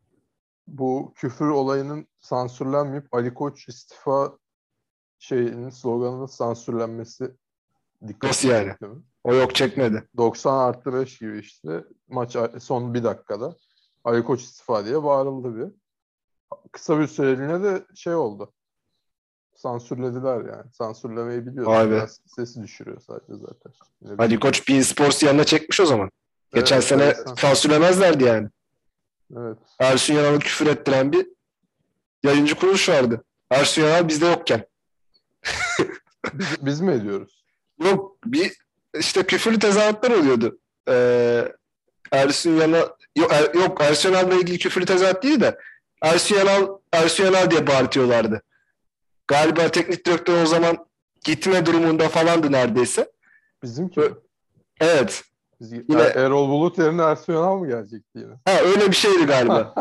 B: bu küfür olayının sansürlenmeyip Ali Koç istifa şeyinin sloganının sansürlenmesi
C: Nasıl
B: dikkatini
C: yani?
B: çekti mi?
C: O yok çekmedi.
B: 90 artı 5 gibi işte maç son bir dakikada Ali Koç istifa diye bağırıldı bir. Kısa bir süreliğine de şey oldu. Sansürlediler yani. Sansürlemeyi
C: Vay
B: biliyorsun.
C: be.
B: Biraz sesi düşürüyor sadece zaten. Yine
C: Ali Koç Bein Sports yanına çekmiş o zaman. Geçen sene
B: enteresan.
C: sansürlemezlerdi yani.
B: Evet.
C: Ersun Yanal'ı küfür ettiren bir yayıncı kuruluş vardı. Ersun Yanal bizde yokken.
B: Biz mi ediyoruz?
C: Yok bir işte küfürlü tezahüratlar oluyordu. Ersun Yanal yok Ersun Yanal'la ilgili küfürlü tezahürat değil de Ersun Yanal diye bağırtıyorlardı. Galiba teknik direktör o zaman gitme durumunda falandı neredeyse.
B: Bizimki mi?
C: Evet. Yine
B: Erol Bulut yerine Ersun Yanal mı gelecekti yine?
C: öyle bir şeydi galiba.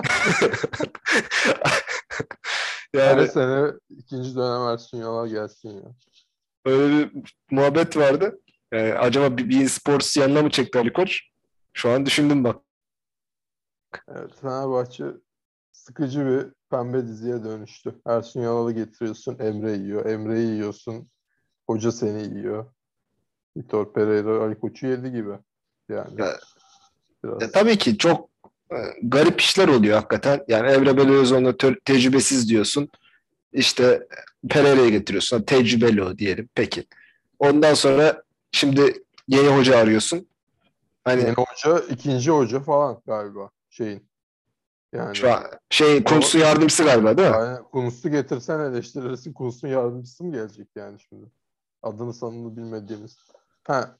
B: Her
C: Yani
B: sene ikinci dönem Ersun Yanal gelsin ya.
C: öyle bir muhabbet vardı. Acaba bir Sports yanına mı çekti Ali Koç? Şu an düşündüm bak.
B: Evet, Fenerbahçe sıkıcı bir pembe diziye dönüştü. Ersun Yanal'ı getiriyorsun, Emre yiyor. Emre'yi yiyorsun, hoca seni yiyor. Vitor Pereira, Ali Koç'u yedi gibi. Yani
C: Ya,
B: biraz.
C: tabii ki çok garip işler oluyor hakikaten. Yani Emre Belözoğlu'na tecrübesiz diyorsun. İşte Pereira'yı getiriyorsun. Tecrübeli o diyelim. Peki. Ondan sonra şimdi yeni hoca arıyorsun.
B: Yeni
C: Hani
B: hoca, ikinci hoca falan galiba şeyin. Yani
C: şu an şey
B: o
C: Kuntz'un yardımcısı galiba değil mi?
B: yani Kunus'u getirsen eleştirirsin. Kunus'un yardımcısı mı gelecek yani şimdi? Adını sanını bilmediğimiz. Ha,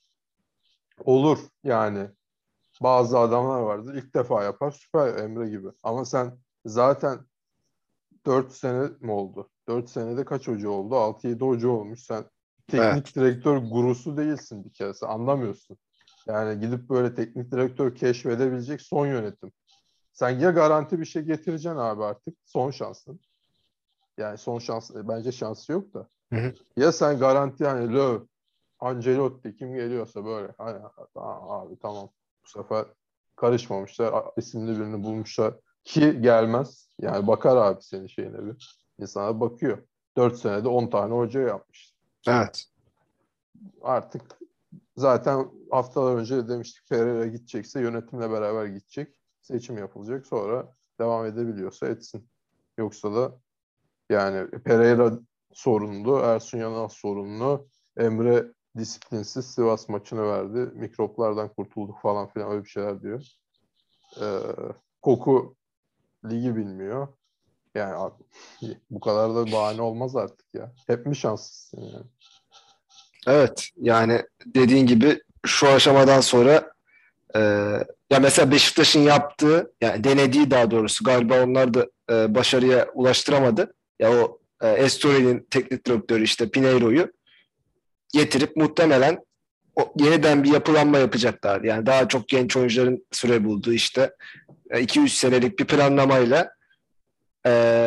B: olur yani. Bazı adamlar vardır. İlk defa yapar. Süper Emre gibi. Ama sen zaten 4 sene mi oldu? 4 senede kaç hoca oldu? 6-7 hoca olmuş. Sen teknik
C: Evet.
B: direktör gurusu değilsin bir kere. Sen anlamıyorsun. Yani gidip böyle teknik direktör keşfedebilecek son yönetim. Sen ya garanti bir şey getireceksin abi artık. Son şansın. Yani son şans bence şansı yok da.
C: Hı hı.
B: Ya sen garanti hani Löw, Ancelotti kim geliyorsa böyle. Hani, abi tamam. Bu sefer karışmamışlar. İsimli birini bulmuşlar. Ki gelmez. Yani bakar abi senin şeyine bir. İnsana bakıyor. 4 senede 10 tane hoca yapmış.
C: Evet.
B: Artık zaten haftalar önce demiştik Pereira gidecekse yönetimle beraber gidecek. Seçim yapılacak. Sonra devam edebiliyorsa etsin. Yoksa da yani Pereira sorunlu, Ersun Yanal sorunlu. Emre disiplinsiz Sivas maçını verdi. Mikroplardan kurtulduk falan filan öyle bir şeyler diyor. Ee, Koku ligi bilmiyor. Yani abi, bu kadar da bahane olmaz artık ya. Hep mi şanslısın yani?
C: Evet. Yani dediğin gibi şu aşamadan sonra e, ya mesela Beşiktaş'ın yaptığı yani denediği daha doğrusu galiba onlar da başarıya ulaştıramadı. Ya o Estori'nin teknik direktörü işte Pinheiro'yu getirip muhtemelen yeniden bir yapılanma yapacaklar. Yani daha çok genç oyuncuların süre bulduğu işte 2-3 senelik bir planlamayla e,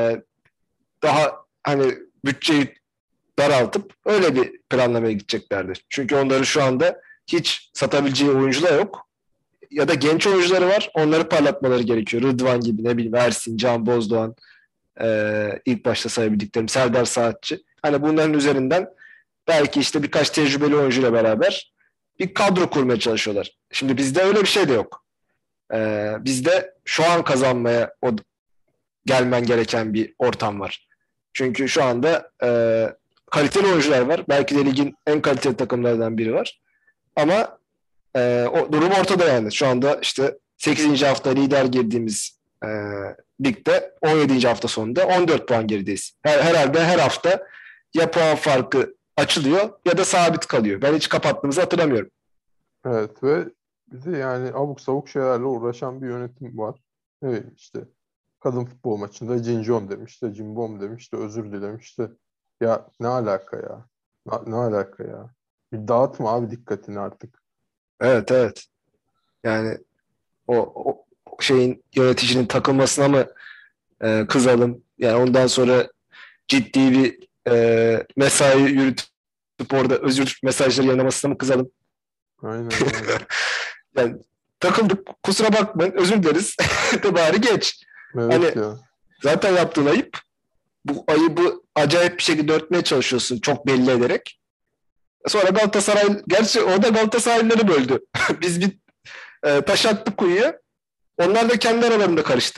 C: daha hani bütçeyi daraltıp öyle bir planlamaya gideceklerdir. Çünkü onların şu anda hiç satabileceği oyuncular yok. Ya da genç oyuncuları var. Onları parlatmaları gerekiyor. Rıdvan gibi ne bileyim Ersin, Can Bozdoğan, ilk başta sayabildiklerim Serdar Saatçi. Hani bunların üzerinden belki işte birkaç tecrübeli oyuncuyla beraber bir kadro kurmaya çalışıyorlar. Şimdi bizde öyle bir şey de yok. Bizde şu an kazanmaya gelmen gereken bir ortam var. Çünkü şu anda kaliteli oyuncular var. Belki de ligin en kaliteli takımlarından biri var. Ama o durum ortada yani. Şu anda işte 8. hafta lider girdiğimiz ligde 17. hafta sonunda 14 puan gerideyiz. Herhalde her hafta ya puan farkı açılıyor ya da sabit kalıyor. Ben hiç kapattığımızı hatırlamıyorum.
B: Evet ve bir de yani abuk sabuk şeylerle uğraşan bir yönetim var. Evet işte kadın futbol maçında cincon demiş de cimbom demiş de özür dilemiş de. Ya ne alaka ya? Ne alaka ya? Bir dağıtma abi dikkatini artık.
C: Evet, evet. Yani o şeyin yöneticinin takılmasına mı kızalım? Yani ondan sonra ciddi bir mesai yürütüp orada özür mesajları yayınlamasına mı kızalım?
B: Aynen öyle.
C: Yani takıldık kusura bakmayın özür dileriz de bari geç.
B: Evet
C: Hani
B: ya.
C: zaten yaptığın ayıp. Bu ayıbı acayip bir şekilde örtmeye çalışıyorsun çok belli ederek. Sonra Galatasaray, gerçi o da Galatasaraylıları böldü. Biz bir taş attık kuyuya. Onlar da kendi aralarında karıştı.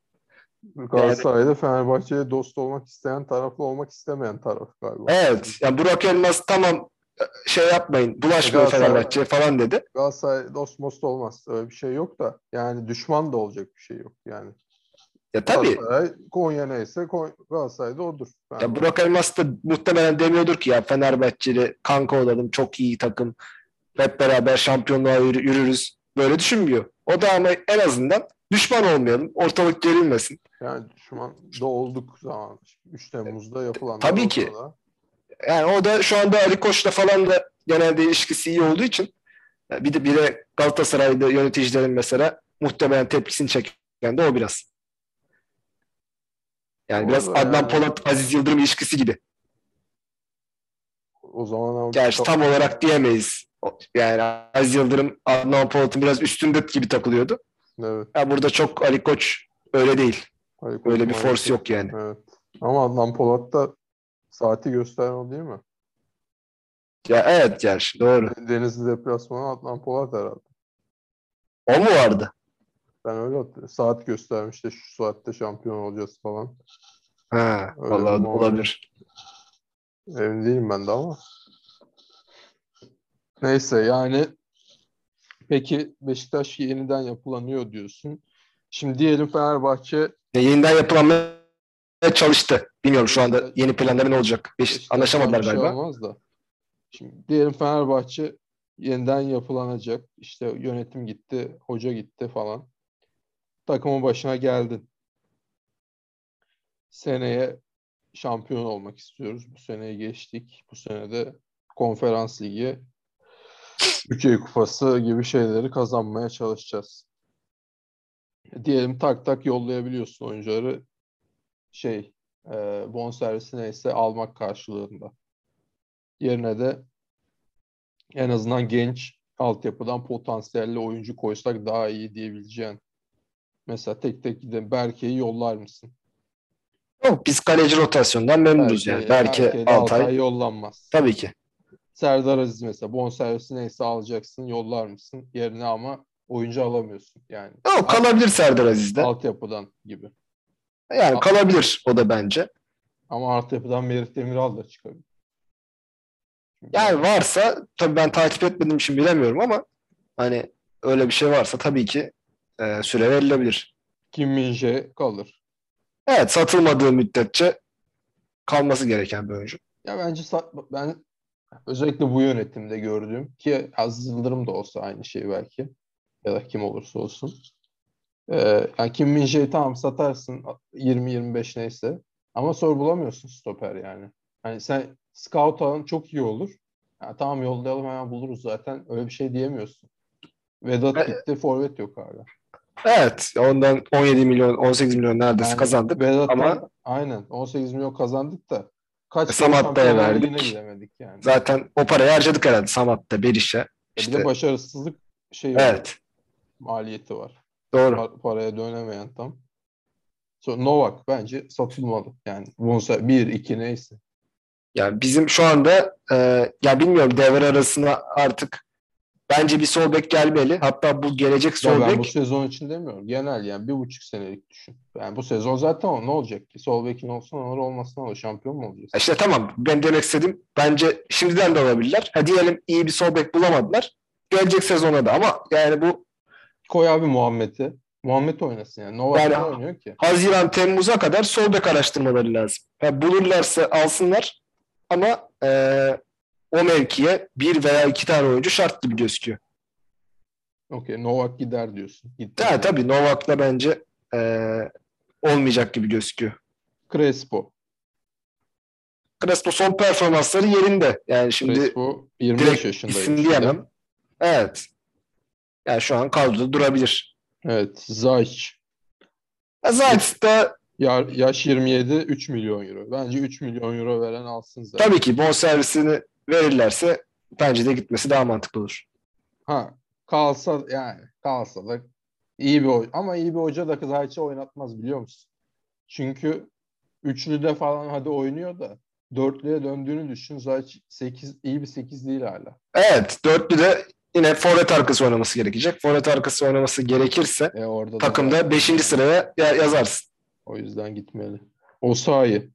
C: Yani
B: Galatasaray'da Fenerbahçe'ye dost olmak isteyen taraflı olmak istemeyen taraf galiba.
C: evet. Yani Burak Elmas tamam şey yapmayın, bulaşmayın
B: Galatasaray,
C: Fenerbahçe'ye falan dedi.
B: Galatasaray dost most olmaz. Öyle bir şey yok da. Yani düşman da olacak bir şey yok. Yani
C: Ya tabii
B: Galatasaray Konya neyse Galatasaray'da odur.
C: ya Burak
B: Fenerbahçe.
C: Elmas da muhtemelen demiyordur ki ya Fenerbahçeli kanka olalım çok iyi takım. Hep beraber şampiyonluğa yürürüz. Böyle düşünmüyor. O da ama en azından düşman olmayalım. Ortalık gerilmesin.
B: Yani düşman da olduk zaman. 3 Temmuz'da yapılanlar
C: Tabii ki.
B: ortada.
C: Yani o da şu anda Ali Koç'la falan da genelde ilişkisi iyi olduğu için bir de Galatasaray'da yöneticilerin mesela muhtemelen tepkisini çeken de o biraz. Yani
B: Bu
C: biraz
B: arada
C: Adnan
B: yani
C: Polat, Aziz Yıldırım ilişkisi gibi.
B: o zaman
C: Gerçi tam olarak diyemeyiz. Yani Aziz Yıldırım, Adnan Polat'ın biraz üstünde gibi takılıyordu.
B: Evet.
C: Ya burada çok Ali Koç öyle değil.
B: Ali
C: Öyle
B: Koç'un
C: bir force
B: hareketi.
C: yok yani.
B: Evet. Ama Adnan Polat da saati göstermiyor değil mi?
C: Ya evet gerçi doğru.
B: Denizli deplasmanı Adnan Polat herhalde.
C: O mu vardı?
B: Ben öyle hatırlıyorum. Saat göstermişti, şu saatte şampiyon olacağız falan.
C: Ha,
B: Öyle bir
C: vallahi
B: muhabbet.
C: olabilir.
B: Emin değilim ben de ama. Neyse yani peki Beşiktaş yeniden yapılanıyor diyorsun. Şimdi diyelim Fenerbahçe
C: Yeniden yapılanmaya çalıştı. Bilmiyorum şu anda
B: Beşiktaş,
C: yeni planları ne olacak?
B: Beşiktaş'tan
C: Anlaşamadılar
B: bir şey
C: galiba.
B: olmaz da. Şimdi diyelim Fenerbahçe yeniden yapılanacak. İşte yönetim gitti, hoca gitti falan. Takımın başına geldin. Seneye şampiyon olmak istiyoruz. Bu seneyi geçtik. Bu sene de Konferans Ligi, Türkiye Kupası gibi şeyleri kazanmaya çalışacağız. Diyelim tak tak yollayabiliyorsun oyuncuları şey bonservisi neyse almak karşılığında. Yerine de en azından genç altyapıdan potansiyelli oyuncu koysak daha iyi diyebileceğin. Mesela tek tek giden Berke'yi yollar mısın?
C: Yok, biz kaleci rotasyondan memnunuz yani. Belki
B: Berke'ye de
C: Altay
B: Altay yollanmaz.
C: tabii ki.
B: Serdar Aziz mesela bonservisi neyse alacaksın, yollar mısın? Yerine ama oyuncu alamıyorsun yani.
C: Yok, kalabilir Serdar Aziz'de.
B: Altyapıdan gibi.
C: Yani kalabilir o da bence.
B: Ama altyapıdan Merih Demiral da çıkabilir.
C: Yani varsa tabii ben takip etmediğim için bilemiyorum ama hani öyle bir şey varsa tabii ki süre verilebilir.
B: Kim Min-jae kalır.
C: Evet, satılmadığı müddetçe kalması gereken bir oyuncu.
B: Ya bence ben özellikle bu yönetimde gördüğüm ki Aziz Yıldırım da olsa aynı şey belki ya da kim olursa olsun. Yani Kim Min-jae'yi tamam satarsın 20-25 neyse ama sonra bulamıyorsun stoper yani. Hani sen scout alın çok iyi olur. Ya tamam yollayalım hemen buluruz zaten. Öyle bir şey diyemiyorsun. Vedat
C: E,
B: gitti, forvet yok hala.
C: Evet, ondan 17 milyon, 18 milyon neredeyse
B: Yani
C: kazandık ama
B: Vedat'tan aynen 18 milyon kazandık da kaç kere
C: Samatta'ya
B: Şampiyonlar Ligi'ne
C: verdik.
B: gidemedik yani.
C: Zaten o parayı harcadık herhalde Samatta, Beriş'e.
B: Bir de
C: İşte
B: başarısızlık şeyi var.
C: evet,
B: Maliyeti var.
C: doğru.
B: Paraya dönemeyen tam. Sonra Novak bence satılmalı. Yani bonservis 1-2 neyse.
C: Yani bizim şu anda ya bilmiyorum devre arasına artık bence bir sol bek gelmeli. Hatta bu gelecek
B: Ya
C: sol
B: ben bu
C: bek
B: sezon için demiyorum. Genel yani 1,5 senelik düşün. Yani bu sezon zaten o ne olacak ki? Sol bekin olsun olur olmasın olur. Şampiyon mu olacağız?
C: işte tamam ben demek istedim. Bence şimdiden de alabilirler. Ha diyelim iyi bir sol bek bulamadılar. Gelecek sezona da ama yani bu
B: Koy abi Muhammed'i. Muhammed oynasın yani. Novak
C: yani
B: ne oynuyor ki?
C: Haziran Temmuz'a kadar sol bek araştırmaları lazım. Ha, bulurlarsa alsınlar ama o mevkiye bir veya iki tane oyuncu şart gibi gözüküyor.
B: Okey Novak gider diyorsun.
C: Ya,
B: Gitmeli.
C: tabii Novak'la bence olmayacak gibi gözüküyor.
B: Crespo.
C: Crespo son performansları yerinde. Yani şimdi
B: Crespo 25
C: direkt isim
B: yaşındaymış bir de.
C: diyemem. Evet. Yani şu an kadroda durabilir.
B: Evet. Zayç.
C: Zayt da
B: Yaş 27 3 milyon euro. Bence 3 milyon euro veren alsın
C: tabii
B: Zayç.
C: ki bonservisini verirlerse bence de gitmesi daha mantıklı olur.
B: Ha kalsa yani kalsa da iyi bir hoca. Ama iyi bir hoca da Zayç'ı oynatmaz biliyor musun? Çünkü üçlüde falan hadi oynuyor da dörtlüye döndüğünü düşün. Zayç 8, iyi bir 8 değil hala.
C: Evet. Dörtlü de yine forvet arkası oynaması gerekecek. Forvet arkası oynaması gerekirse
B: Orada da
C: takımda
B: zaten
C: 5.
B: yani.
C: sıraya yazarsın.
B: O yüzden gitmeli. Osayi.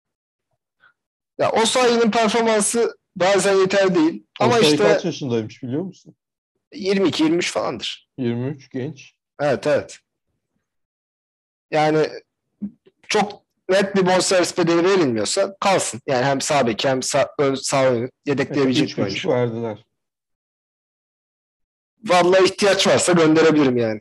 C: Ya o sayının performansı bazen yeter değil. Ama
B: Osayi kaç
C: işte
B: yaşındaymış biliyor musun?
C: 22-23 falandır.
B: 23 genç.
C: Evet, evet. Yani çok net bir bonservis bedeli verilmiyorsa kalsın. Yani hem sağ bek hem sağ ön
B: Mesela
C: yedekleyebilecek bir
B: 3,5
C: oyuncu.
B: verdiler.
C: Vallahi ihtiyaç varsa gönderebilirim yani.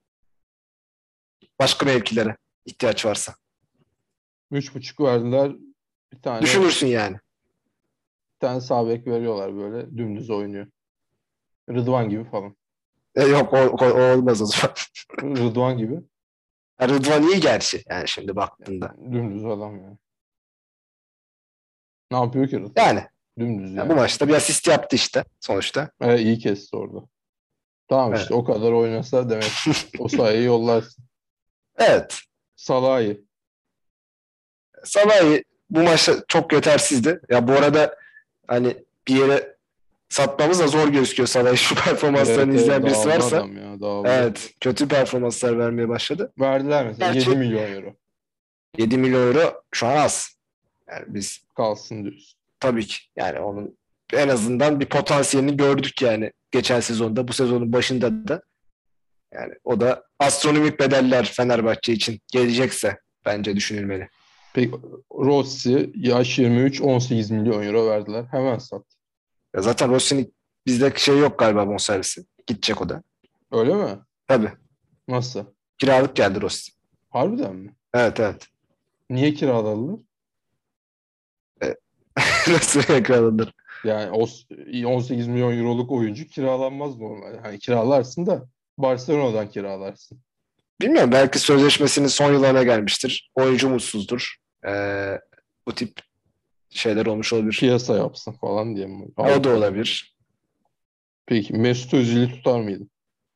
C: Başka mevkilere ihtiyaç varsa.
B: 3,5 verdiler. Bir tane
C: Düşünürsün yani.
B: Bir tane sağ bek veriyorlar böyle dümdüz oynuyor. Rıdvan gibi falan.
C: Yok o olmaz o zaman.
B: Rıdvan gibi.
C: Rıdvan iyi gerçi yani şimdi baktığında.
B: Dümdüz adam yani. Ne yapıyor ki Rıdvan?
C: Yani
B: Dümdüz
C: Yani bu
B: yani.
C: maçta bir asist yaptı işte sonuçta.
B: Evet, iyi kesti orada. Tamam
C: Evet.
B: işte o kadar oynasa demek ki o sayıyı yollarsın.
C: Evet.
B: Salah'ı.
C: Salah'ı bu maçta çok yetersizdi. Ya bu arada hani bir yere satmamız da zor gözüküyor Salah'ı. Şu performanslarını
B: Evet, evet,
C: izleyen birisi
B: dağıldı
C: varsa
B: adam ya, dağıldı.
C: evet kötü performanslar vermeye başladı.
B: Verdiler mesela
C: Gerçi
B: 7 milyon euro
C: 7 milyon euro şu an az. Yani biz
B: kalsın diyorsun.
C: tabii ki yani onun en azından bir potansiyelini gördük yani geçen sezonda, bu sezonun başında da. Yani o da astronomik bedeller Fenerbahçe için gelecekse bence düşünülmeli.
B: Peki Rossi yaş 23 18 milyon euro verdiler. Hemen sat.
C: Ya zaten Rossi'nin bizde şey yok galiba bonservisi. Gidecek o da.
B: Öyle mi?
C: Tabii.
B: Nasıl?
C: Kiralık geldi Rossi.
B: Harbiden mi?
C: Evet evet.
B: Niye kiraladılar?
C: E, Nasıl kiralanır?
B: Yani 18 milyon euroluk oyuncu kiralanmaz normal. Hani kiralarsın da Barcelona'dan kiralarsın.
C: Bilmiyorum, belki sözleşmesinin son yıllarına gelmiştir. Oyuncu mutsuzdur. Bu tip şeyler olmuş olabilir.
B: Piyasa yapsın falan diye mi?
C: O da
B: Avrupa'da.
C: olabilir.
B: Peki Mesut Özil'i tutar mıydın?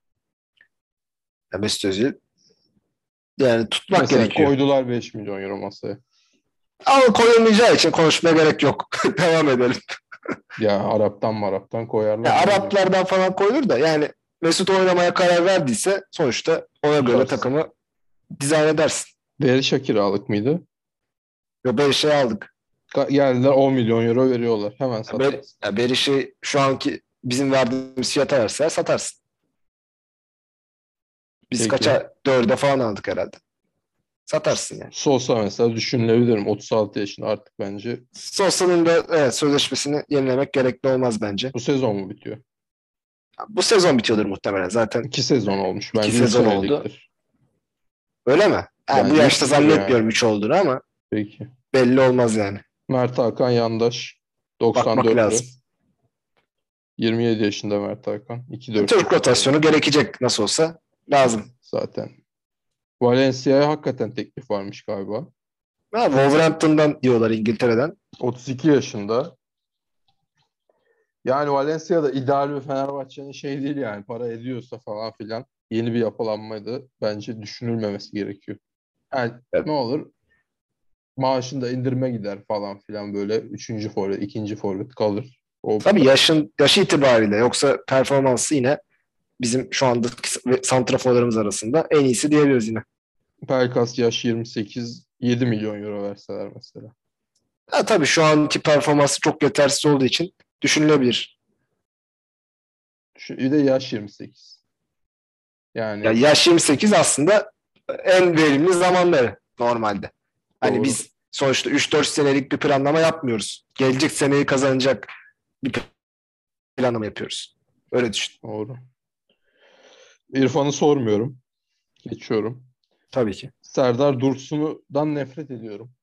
C: Ya Mesut Özil yani tutmak
B: Mesela
C: gerekiyor.
B: koydular 5 milyon euro masaya.
C: Ama koyulmayacağı için konuşmaya gerek yok. Devam edelim.
B: Ya Arap'tan
C: Ya
B: koyarlar bence.
C: Araplardan falan koyulur da yani Mesut oynamaya karar verdiyse sonuçta ona göre
B: Tutarsın.
C: takımı dizayn edersin.
B: Berisha kiralık mıydı?
C: Yo Berisha'yı aldık.
B: Geldiler 10 milyon euro veriyorlar. Hemen satarsın.
C: Berisha'yı şu anki bizim verdiğimiz fiyata verseler satarsın. Biz
B: Peki.
C: kaça? 4'e falan aldık herhalde. Satarsın yani.
B: Sosa mesela düşünülebilir mi? 36 yaşında artık bence.
C: Sosa'nın da evet, sözleşmesini yenilemek gerekli olmaz bence.
B: Bu sezon mu bitiyor?
C: Bu sezon bitiyordur muhtemelen. Zaten
B: 2 sezon olmuş.
C: 2
B: Bence 3
C: sezon oldu.
B: seneliktir.
C: Öyle mi? Yani bu
B: Bence
C: yaşta
B: 3'tür yani.
C: zannetmiyorum 3 olduğunu ama
B: Peki.
C: belli olmaz yani.
B: Mert Hakan Yandaş.
C: Bakmak
B: 94'lü.
C: lazım.
B: 27 yaşında Mert Hakan. 2-4
C: Türk rotasyonu gerekecek nasıl olsa. Lazım.
B: zaten. Valencia'ya hakikaten teklif varmış galiba.
C: Ha, Wolverhampton'dan diyorlar, İngiltere'den.
B: 32 yaşında. Yani Valencia da ideal bir Fenerbahçe'nin şey değil yani. Para ediyorsa falan filan. Yeni bir yapılanmaydı. Bence düşünülmemesi gerekiyor. Yani
C: Evet.
B: ne olur? Maaşında indirime gider falan filan böyle. Üçüncü forvet, ikinci forvet kalır. O
C: Tabii yaşı itibariyle, yoksa performansı yine bizim şu andaki santraforlarımız arasında en iyisi diyebiliriz yine.
B: Pelkas yaş 28, 7 milyon euro verseler mesela.
C: Ha, tabii şu anki performansı çok yetersiz olduğu için düşünülebilir.
B: Bir de yaş 28.
C: Ya
B: Yani
C: yaş 28 aslında en verimli zamanları normalde. Hani
B: doğru.
C: biz sonuçta 3-4 senelik bir planlama yapmıyoruz. Gelecek seneyi kazanacak bir planlama yapıyoruz. Öyle düşün.
B: Doğru. İrfan'ı sormuyorum. Geçiyorum.
C: Tabii ki.
B: Serdar Dursun'dan nefret ediyorum.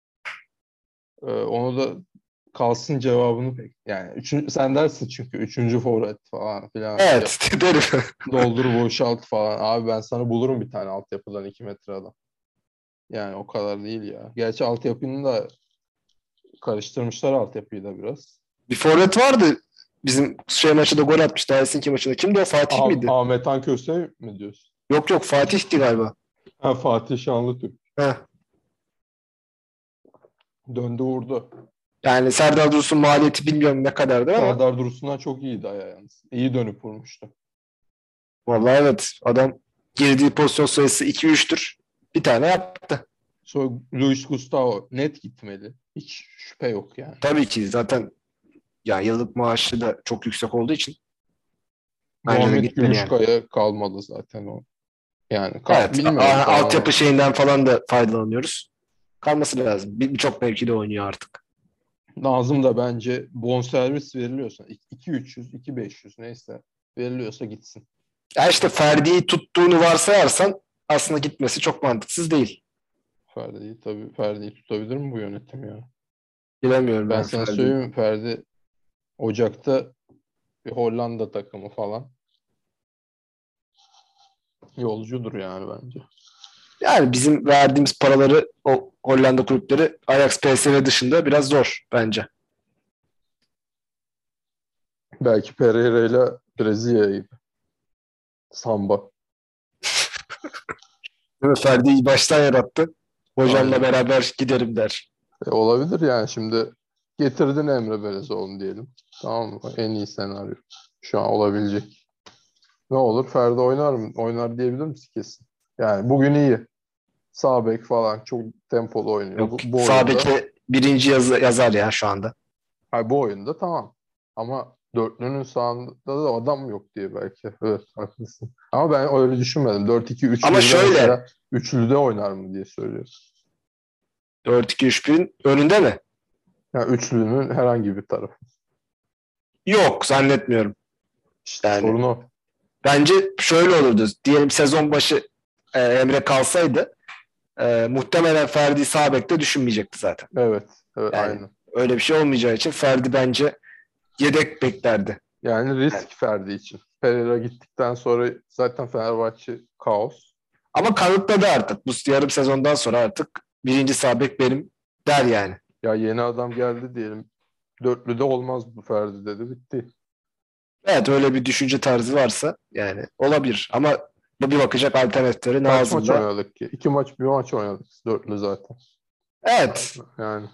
B: Onu da kalsın cevabını pek. Yani sen dersin çünkü üçüncü forvet falan filan. Ya,
C: Evet, derim.
B: doldur boşalt falan. Abi ben sana bulurum bir tane altyapıdan 2 metre adam. Yani o kadar değil ya. Gerçi altyapını da karıştırmışlar altyapıyı da biraz.
C: Bir forvet vardı. Bizim şey maçında gol atmıştı. Helsinki maçında. Kimdi o? Fatih miydi?
B: Ahmet Han Köse mi diyorsun?
C: Yok yok, Fatih'ti galiba.
B: Ha, Fatih Şanlıtürk.
C: Heh.
B: Döndü vurdu.
C: Yani Serdar Dursun maliyeti bilmiyorum ne kadardır ama
B: Serdar Dursun'dan çok iyiydi ayağı yalnız. İyi dönüp vurmuştu.
C: vallahi evet, adam girdiği pozisyon sayısı 2-3'tür. Bir tane yaptı.
B: Sonra Luis Gustavo net gitmeli. Hiç şüphe yok yani.
C: Tabii ki zaten ya yıllık maaşı da çok yüksek olduğu için bence de
B: Muhammed
C: gitmeli yani.
B: Gümüşkaya kalmadı zaten o. Yani
C: Evet,
B: bilmiyorum
C: altyapı
B: kalmadı.
C: şeyinden falan da faydalanıyoruz. Kalması lazım. Birçok mevkide oynuyor artık.
B: Nazım da bence bonservis veriliyorsa 2-300, 2-500 neyse veriliyorsa gitsin.
C: Ya işte Ferdi'yi tuttuğunu varsayarsan aslında gitmesi çok mantıksız değil.
B: Ferdi'yi tutabilir mi bu yönetim ya?
C: Bilemiyorum
B: Ben
C: ben
B: sana
C: Ferdi'yi.
B: söyleyeyim mi? Ferdi Ocak'ta bir Hollanda takımı falan yolcudur yani bence.
C: Yani bizim verdiğimiz paraları o Hollanda kulüpleri Ajax, PSV dışında biraz zor bence.
B: Belki Pereira ile Brezilya gibi. Samba.
C: Değil mi? Ferdi'yi baştan yarattı. Hocamla
B: Aynen.
C: beraber giderim der.
B: Olabilir yani şimdi getirdin Emre Belezoğlu diyelim. Tamam mı? En iyi senaryo. Şu an olabilecek. Ne olur? Ferdi oynar mı? Oynar diyebilir misin kesin? Yani bugün iyi. Sağ bek falan çok tempolu oynuyor.
C: Yok,
B: Bu
C: sağ
B: oyunda.
C: beke birinci yazar ya şu anda.
B: Hayır, bu oyunda tamam. Ama dörtlünün sağında da adam yok diye belki. Evet, haklısın. Ama ben öyle düşünmedim. 4-2-3-1'de
C: Ama şöyle
B: mesela üçlüde oynar mı diye söylüyorum.
C: 4-2-3-1'in önünde mi?
B: Yani üçlünün herhangi bir tarafı.
C: Yok, zannetmiyorum.
B: İşte
C: Yani
B: sorun o.
C: bence şöyle olurdu. Diyelim sezon başı Emre kalsaydı muhtemelen Ferdi sağ bekte düşünmeyecekti zaten.
B: Evet, evet,
C: Yani
B: aynen.
C: öyle bir şey olmayacağı için Ferdi bence yedek beklerdi.
B: Yani
C: Yani.
B: risk Ferdi için. Pereira gittikten sonra zaten Fenerbahçe kaos.
C: Ama kanıtladı artık. Bu yarım sezondan sonra artık birinci sağ bek benim der yani.
B: Ya yeni adam geldi diyelim. Dörtlüde olmaz bu Ferdi dedi. Bitti.
C: Evet, öyle bir düşünce tarzı varsa yani olabilir. Ama bu bir bakacak alternatifleri
B: Kaç maç
C: Nazım'da.
B: oynadık ki? 2 maç, bir maç oynadık. Dörtlü zaten.
C: Evet.
B: Yani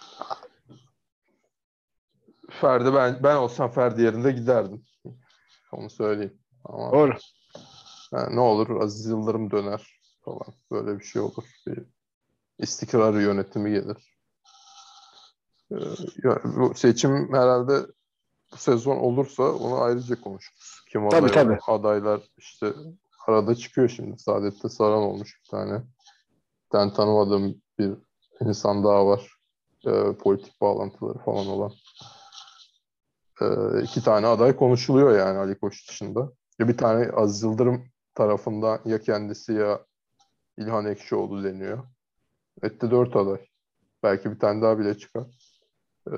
B: Ferdi ben olsam Ferdi yerinde giderdim. Onu söyleyeyim. Ama
C: Doğru.
B: yani ne olur Aziz Yıldırım döner falan. Böyle bir şey olur. Bir istikrar yönetimi gelir. Ee, yani bu seçim herhalde bu sezon olursa onu ayrıca konuşuruz. Kim
C: Tabii
B: aday,
C: tabii.
B: adaylar işte arada çıkıyor şimdi. Saadet'te Saran olmuş bir tane. Ben tanımadığım bir insan daha var. Politik bağlantıları falan olan. 2 tane aday konuşuluyor yani Ali Koç dışında. Bir tane Aziz Yıldırım tarafından ya kendisi ya İlhan Ekşioğlu deniyor. Etti 4 aday. Belki bir tane daha bile çıkar. Ee,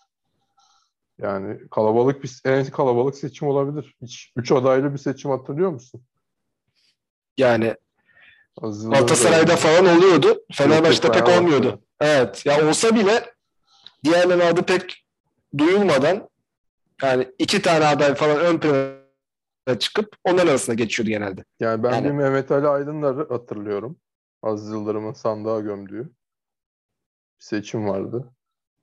B: yani en kalabalık seçim olabilir. Hiç 3 adaylı bir seçim hatırlıyor musun?
C: Yani
B: Aziz Yıldırım
C: Galatasaray'da
B: döneminde.
C: falan oluyordu.
B: Yok, yok,
C: Fenerbahçe'de pek
B: Fenerbahçe'de.
C: olmuyordu. Evet. Ya olsa bile diğerlerinin adı pek duyulmadan yani iki tane aday falan ön plana çıkıp onların arasında geçiyordu genelde.
B: Yani ben bir
C: Yani
B: Mehmet Ali Aydınlar'ı hatırlıyorum. Aziz Yıldırım'ın sandığa gömdüğü bir seçim vardı.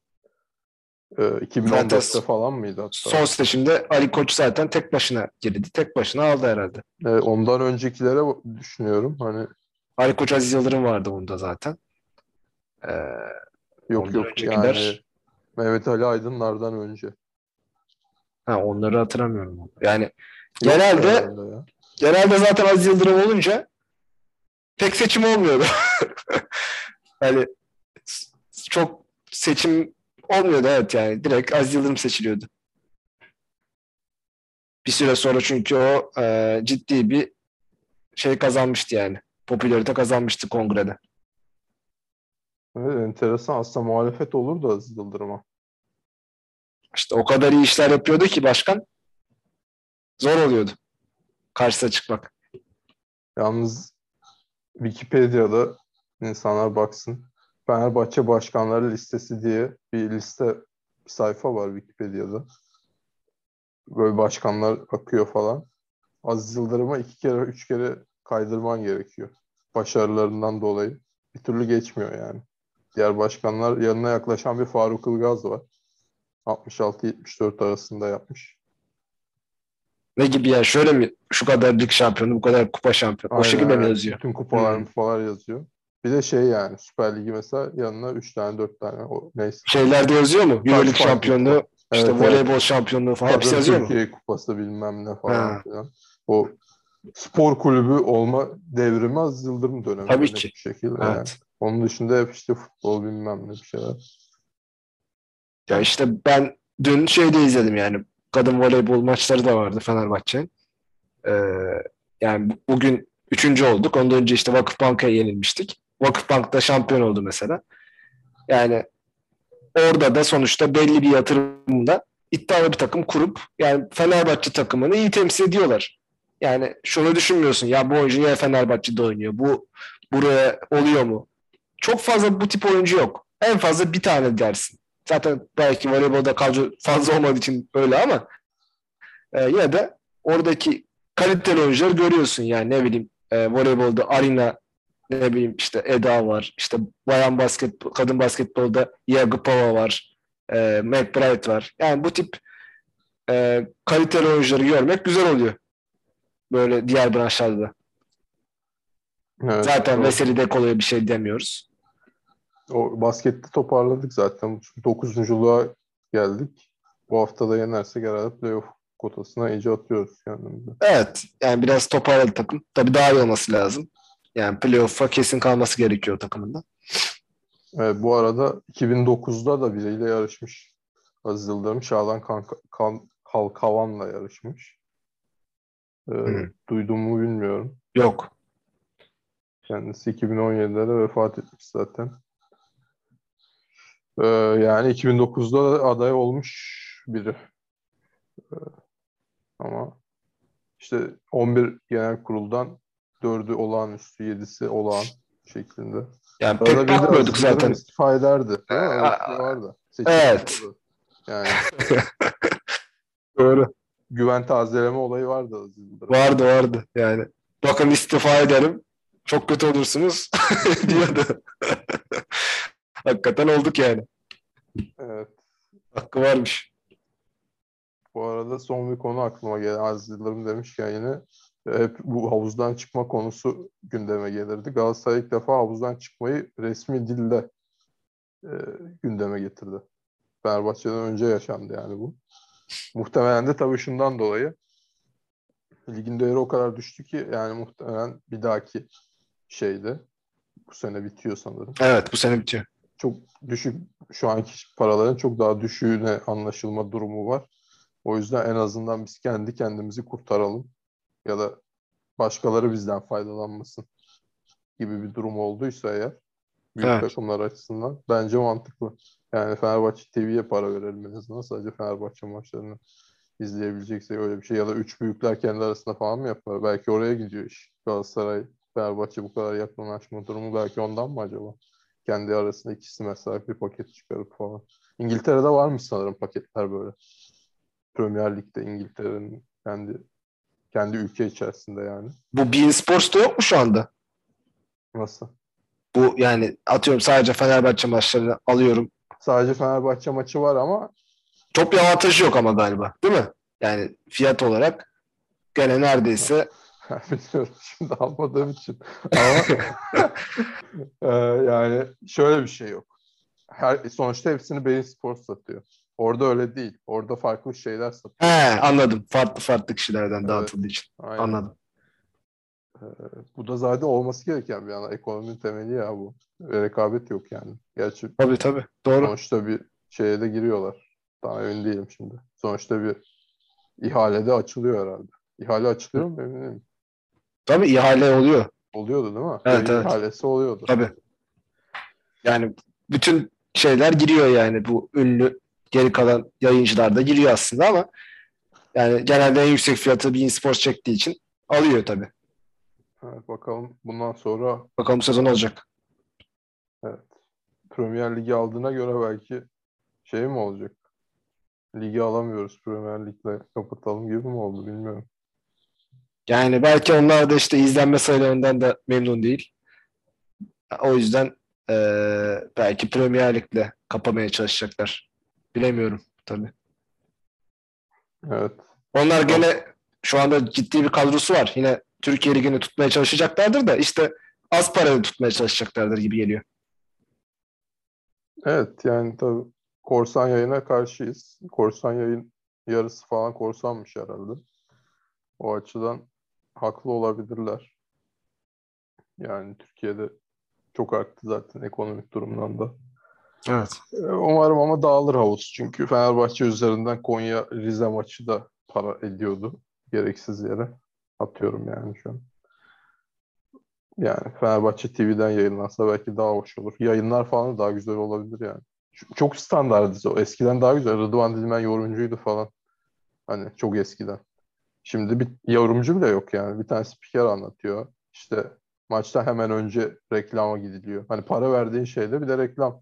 C: zaten
B: 2014'te falan mıydı hatta?
C: son seçimde Ali Koç zaten tek başına girdi. Tek başına aldı herhalde.
B: Ondan öncekilere düşünüyorum. Hani
C: Ali Koç, Aziz Yıldırım vardı onda zaten. Ee,
B: yok,
C: ondan
B: yok, yani
C: öncekiler
B: Mehmet Ali Aydınlar'dan önce.
C: onları hatırlamıyorum. Yani
B: Yoktu
C: genelde
B: herhalde ya.
C: zaten Aziz Yıldırım olunca pek seçim olmuyordu. Yani çok seçim olmuyordu, evet, yani direkt Aziz Yıldırım seçiliyordu. Bir süre sonra çünkü o ciddi bir şey kazanmıştı yani. Popülarite kazanmıştı kongrede.
B: Evet, enteresan. Aslında muhalefet olurdu Aziz Yıldırım'a.
C: İşte o kadar iyi işler yapıyordu ki başkan zor oluyordu karşısına çıkmak.
B: Yalnız Wikipedia'da insanlar baksın. Fenerbahçe Başkanları Listesi diye bir sayfa var Wikipedia'da. Böyle başkanlar akıyor falan. Aziz Yıldırım'a 2 kere, 3 kere kaydırman gerekiyor. Başarılarından dolayı. Bir türlü geçmiyor yani. Diğer başkanlar yanına yaklaşan bir Faruk Ilgaz var. 66-74 arasında yapmış.
C: Ne gibi ya, şöyle mi, şu kadar lig şampiyonu, bu kadar kupa şampiyonu, o
B: Aynen,
C: şekilde mi
B: aynen.
C: yazıyor?
B: Bütün kupalar
C: Hmm.
B: kupalar yazıyor. Bir de yani Süper Ligi mesela yanına 3 tane 4 tane neyse.
C: Şeylerde yazıyor mu?
B: Kaç
C: Euroleague
B: farklı kupa?
C: şampiyonluğu, işte
B: Evet, evet.
C: voleybol şampiyonluğu falan hepsi
B: Kadın
C: yazıyor mu?
B: Türkiye Kupası bilmem ne falan
C: Ha,
B: filan. O spor kulübü olma devrimi Aziz Yıldırım
C: tabii
B: döneminde net
C: ki.
B: bir şekilde yani.
C: Evet.
B: Onun dışında hep işte futbol bilmem ne bir şeyler.
C: Ya işte ben dün şeyde izledim yani. Kadın voleybol maçları da vardı Fenerbahçe'nin. Ee, yani bugün üçüncü olduk. Ondan önce işte Vakıfbank'a yenilmiştik. Vakıfbank da şampiyon oldu mesela. Yani orada da sonuçta belli bir yatırımla iddialı bir takım kurup yani Fenerbahçe takımını iyi temsil ediyorlar. Yani şunu düşünmüyorsun ya, bu oyuncu niye Fenerbahçe'de oynuyor? Bu buraya oluyor mu? Çok fazla bu tip oyuncu yok. En fazla bir tane dersin. Zaten belki voleybolda kadro fazla olmadığı için öyle ama Yine de oradaki kaliteli oyuncuları görüyorsun yani ne bileyim voleybolda Arina, ne bileyim işte Eda var, işte kadın basketbolda Iagupova var, McBride var. Yani bu tip kaliteli oyuncuları görmek güzel oluyor. Böyle diğer branşlarda da.
B: Evet,
C: Zaten
B: doğru.
C: Veseli de kolay bir şey demiyoruz.
B: O baskette toparladık zaten. 9'unculuğa geldik. Bu hafta da yenersek herhalde playoff kotasına iyice atıyoruz kendimizi.
C: Evet. Yani biraz toparladı takım. Tabii daha iyi olması lazım. Yani playoff'a kesin kalması gerekiyor takımında.
B: Evet, bu arada 2009'da da biriyle yarışmış. Aziz Yıldırım, Şadan Kalkavan'la yarışmış. Duydum mu bilmiyorum.
C: Yok.
B: Kendisi 2017'de de vefat etmiş zaten. Yani 2009'da da aday olmuş biri. Ama işte 11 genel kuruldan 4'ü olağanüstü, 7'si olağan şeklinde.
C: Yani
B: Arada
C: pek
B: bir de
C: bakmıyorduk
B: Aziz Yıldırım
C: zaten.
B: istifa ederdi. Değil mi? Öyle bir şey vardı.
C: Evet.
B: Seçilmiyordu. Yani
C: Doğru.
B: güven tazeleme olayı vardı Aziz Yıldırım.
C: Vardı yani. Bakın istifa ederim. Çok kötü olursunuz diyordu. Hakikaten olduk yani.
B: Evet.
C: Hakkı varmış.
B: Bu arada son bir konu aklıma geldi. Aziz Yıldırım demişken yine hep bu havuzdan çıkma konusu gündeme gelirdi. Galatasaray ilk defa havuzdan çıkmayı resmi dille e, gündeme getirdi. Fenerbahçe'den önce yaşandı yani bu. Muhtemelen de tabii şundan dolayı ligin değeri o kadar düştü ki yani muhtemelen bir dahaki şeyde bu sene bitiyor sanırım.
C: Evet, bu sene bitiyor.
B: Çok düşük, şu anki paraların çok daha düşüğüne anlaşılma durumu var. O yüzden en azından biz kendi kendimizi kurtaralım ya da başkaları bizden faydalanmasın gibi bir durum olduysa eğer büyük
C: Evet.
B: takımlar açısından bence mantıklı. Yani Fenerbahçe TV'ye para verelim en azından. Sadece Fenerbahçe maçlarını izleyebileceksek öyle bir şey. Ya da üç büyükler kendi arasında falan mı yapar? Belki oraya gidiyor iş. Galatasaray, Fenerbahçe bu kadar yakınlaşma durumu belki ondan mı acaba? Kendi arasında ikisi mesela bir paket çıkarıp falan. İngiltere'de varmış sanırım paketler böyle. Premier Lig'de İngiltere'nin kendi ülke içerisinde yani.
C: Bu beIN Sports'ta yok mu şu anda?
B: Nasıl?
C: Bu yani atıyorum sadece Fenerbahçe maçlarını alıyorum.
B: Sadece Fenerbahçe maçı var ama
C: Çok bir avantajı yok ama galiba. Değil mi? Yani fiyat olarak gene neredeyse
B: bilmiyorum şimdi almadığım için. Ama yani şöyle bir şey yok. Sonuçta hepsini beIN Sports satıyor. Orada öyle değil. Orada farklı şeyler satıyor.
C: anladım. Farklı kişilerden
B: Evet,
C: dağıtıldığı için.
B: aynen.
C: Anladım.
B: Ee, Bu da zaten olması gereken bir yana. Ekonominin temeli ya bu. Rekabet yok yani. Gerçi
C: Tabii. Doğru.
B: sonuçta bir şeye de giriyorlar. Daha emin değilim şimdi. Sonuçta bir ihalede açılıyor herhalde. İhale açılıyor mu emin değilim.
C: Tabii ihale oluyor.
B: Oluyordu değil mi?
C: Evet,
B: Yayın
C: evet.
B: ihalesi oluyordu.
C: Tabii. Yani bütün şeyler giriyor yani bu ünlü geri kalan yayıncılar da giriyor aslında ama yani genelde en yüksek fiyatı beIN Sports çektiği için alıyor tabii.
B: Evet, bakalım bundan sonra
C: Bakalım bu sezon olacak.
B: evet, Premier Ligi aldığına göre belki şey mi olacak? Ligi alamıyoruz Premier Lig'le kapatalım gibi mi oldu bilmiyorum.
C: Yani belki onlar da işte izlenme sayılarından da memnun değil. O yüzden belki Premier Lig'le kapamaya çalışacaklar. Bilemiyorum tabii.
B: Evet.
C: Onlar
B: Tamam.
C: gene şu anda ciddi bir kadrosu var. Yine Türkiye Ligi'ni tutmaya çalışacaklardır da işte az parayı tutmaya çalışacaklardır gibi geliyor.
B: Evet yani tabii korsan yayına karşıyız. Korsan yayın yarısı falan korsanmış herhalde. O açıdan haklı olabilirler. Yani Türkiye'de çok arttı zaten ekonomik durumdan da.
C: Evet.
B: Umarım ama dağılır havuz. Çünkü Fenerbahçe üzerinden Konya Rize maçı da para ediyordu. Gereksiz yere. Atıyorum yani şu an. Yani Fenerbahçe TV'den yayınlansa belki daha hoş olur. Yayınlar falan da daha güzel olabilir yani. Çok standartız o. Eskiden daha güzel. Rıdvan Dilmen yorumcuydu falan. Hani çok eskiden. Şimdi bir yorumcu bile yok yani. Bir tane spiker anlatıyor. İşte maçtan hemen önce reklama gidiliyor. Hani para verdiğin şeyde bir de reklam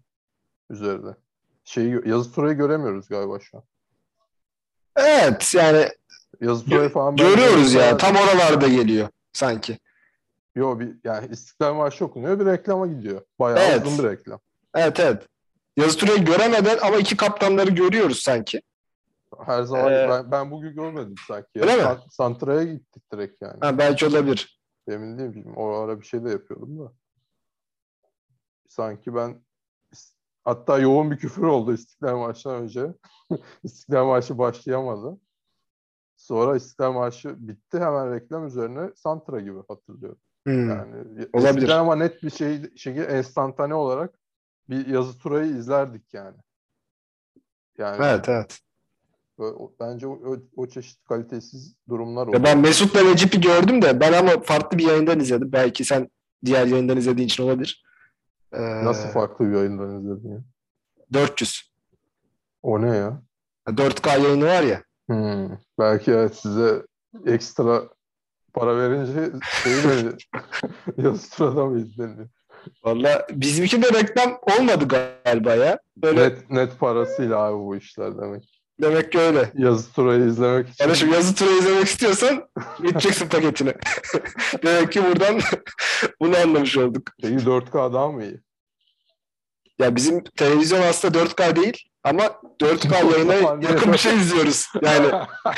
B: üzerinde. Yazı turayı göremiyoruz galiba şu an.
C: Evet yani
B: Yazı turayı falan ben
C: Görüyoruz ya.
B: mesela-
C: Tam oralarda geliyor sanki.
B: yani İstiklal Marşı okunuyor, bir reklama gidiyor. Bayağı
C: Evet.
B: uzun bir reklam.
C: Evet. Yazı turayı göremeden ama iki kaptanları görüyoruz sanki.
B: Her zaman
C: Ee,
B: ben bugün görmedim sanki ya.
C: Öyle mi?
B: Santra'ya gittik direkt yani.
C: Ha, belki olabilir.
B: Emin değilim. O ara bir şey de yapıyordum da. Sanki ben hatta yoğun bir küfür oldu İstiklal Marşı'ndan önce. İstiklal Marşı başlayamadı. Sonra İstiklal Marşı bitti, hemen reklam üzerine Santra gibi hatırlıyorum. Yani eskiden
C: Olabilir.
B: ama net bir şey enstantane olarak bir yazı turayı izlerdik yani. Yani
C: Evet.
B: bence o çeşit kalitesiz durumlar
C: Ya ben
B: oluyor.
C: Mesut'la Necip'i gördüm de ben ama farklı bir yayından izledim. Belki sen diğer yayından izlediğin için olabilir.
B: Nasıl
C: Ee,
B: farklı bir yayından izledin ya?
C: 400.
B: O ne ya?
C: 4K yayını var ya.
B: Belki evet, size ekstra para verince şeyle mi yazı turada mı izleniyor?
C: Valla bizimki de reklam olmadı galiba ya. Böyle
B: Net parasıyla abi bu işler demek.
C: demek ki öyle.
B: Yazı turayı izlemek için.
C: Kardeşim yazı tura izlemek istiyorsan gideceksin paketine. Demek ki buradan bunu anlamış olduk.
B: Peki 4K daha mı iyi?
C: Ya bizim televizyon aslında 4K değil ama 4K yayına
B: O zaman
C: yakın bir şey izliyoruz. Yani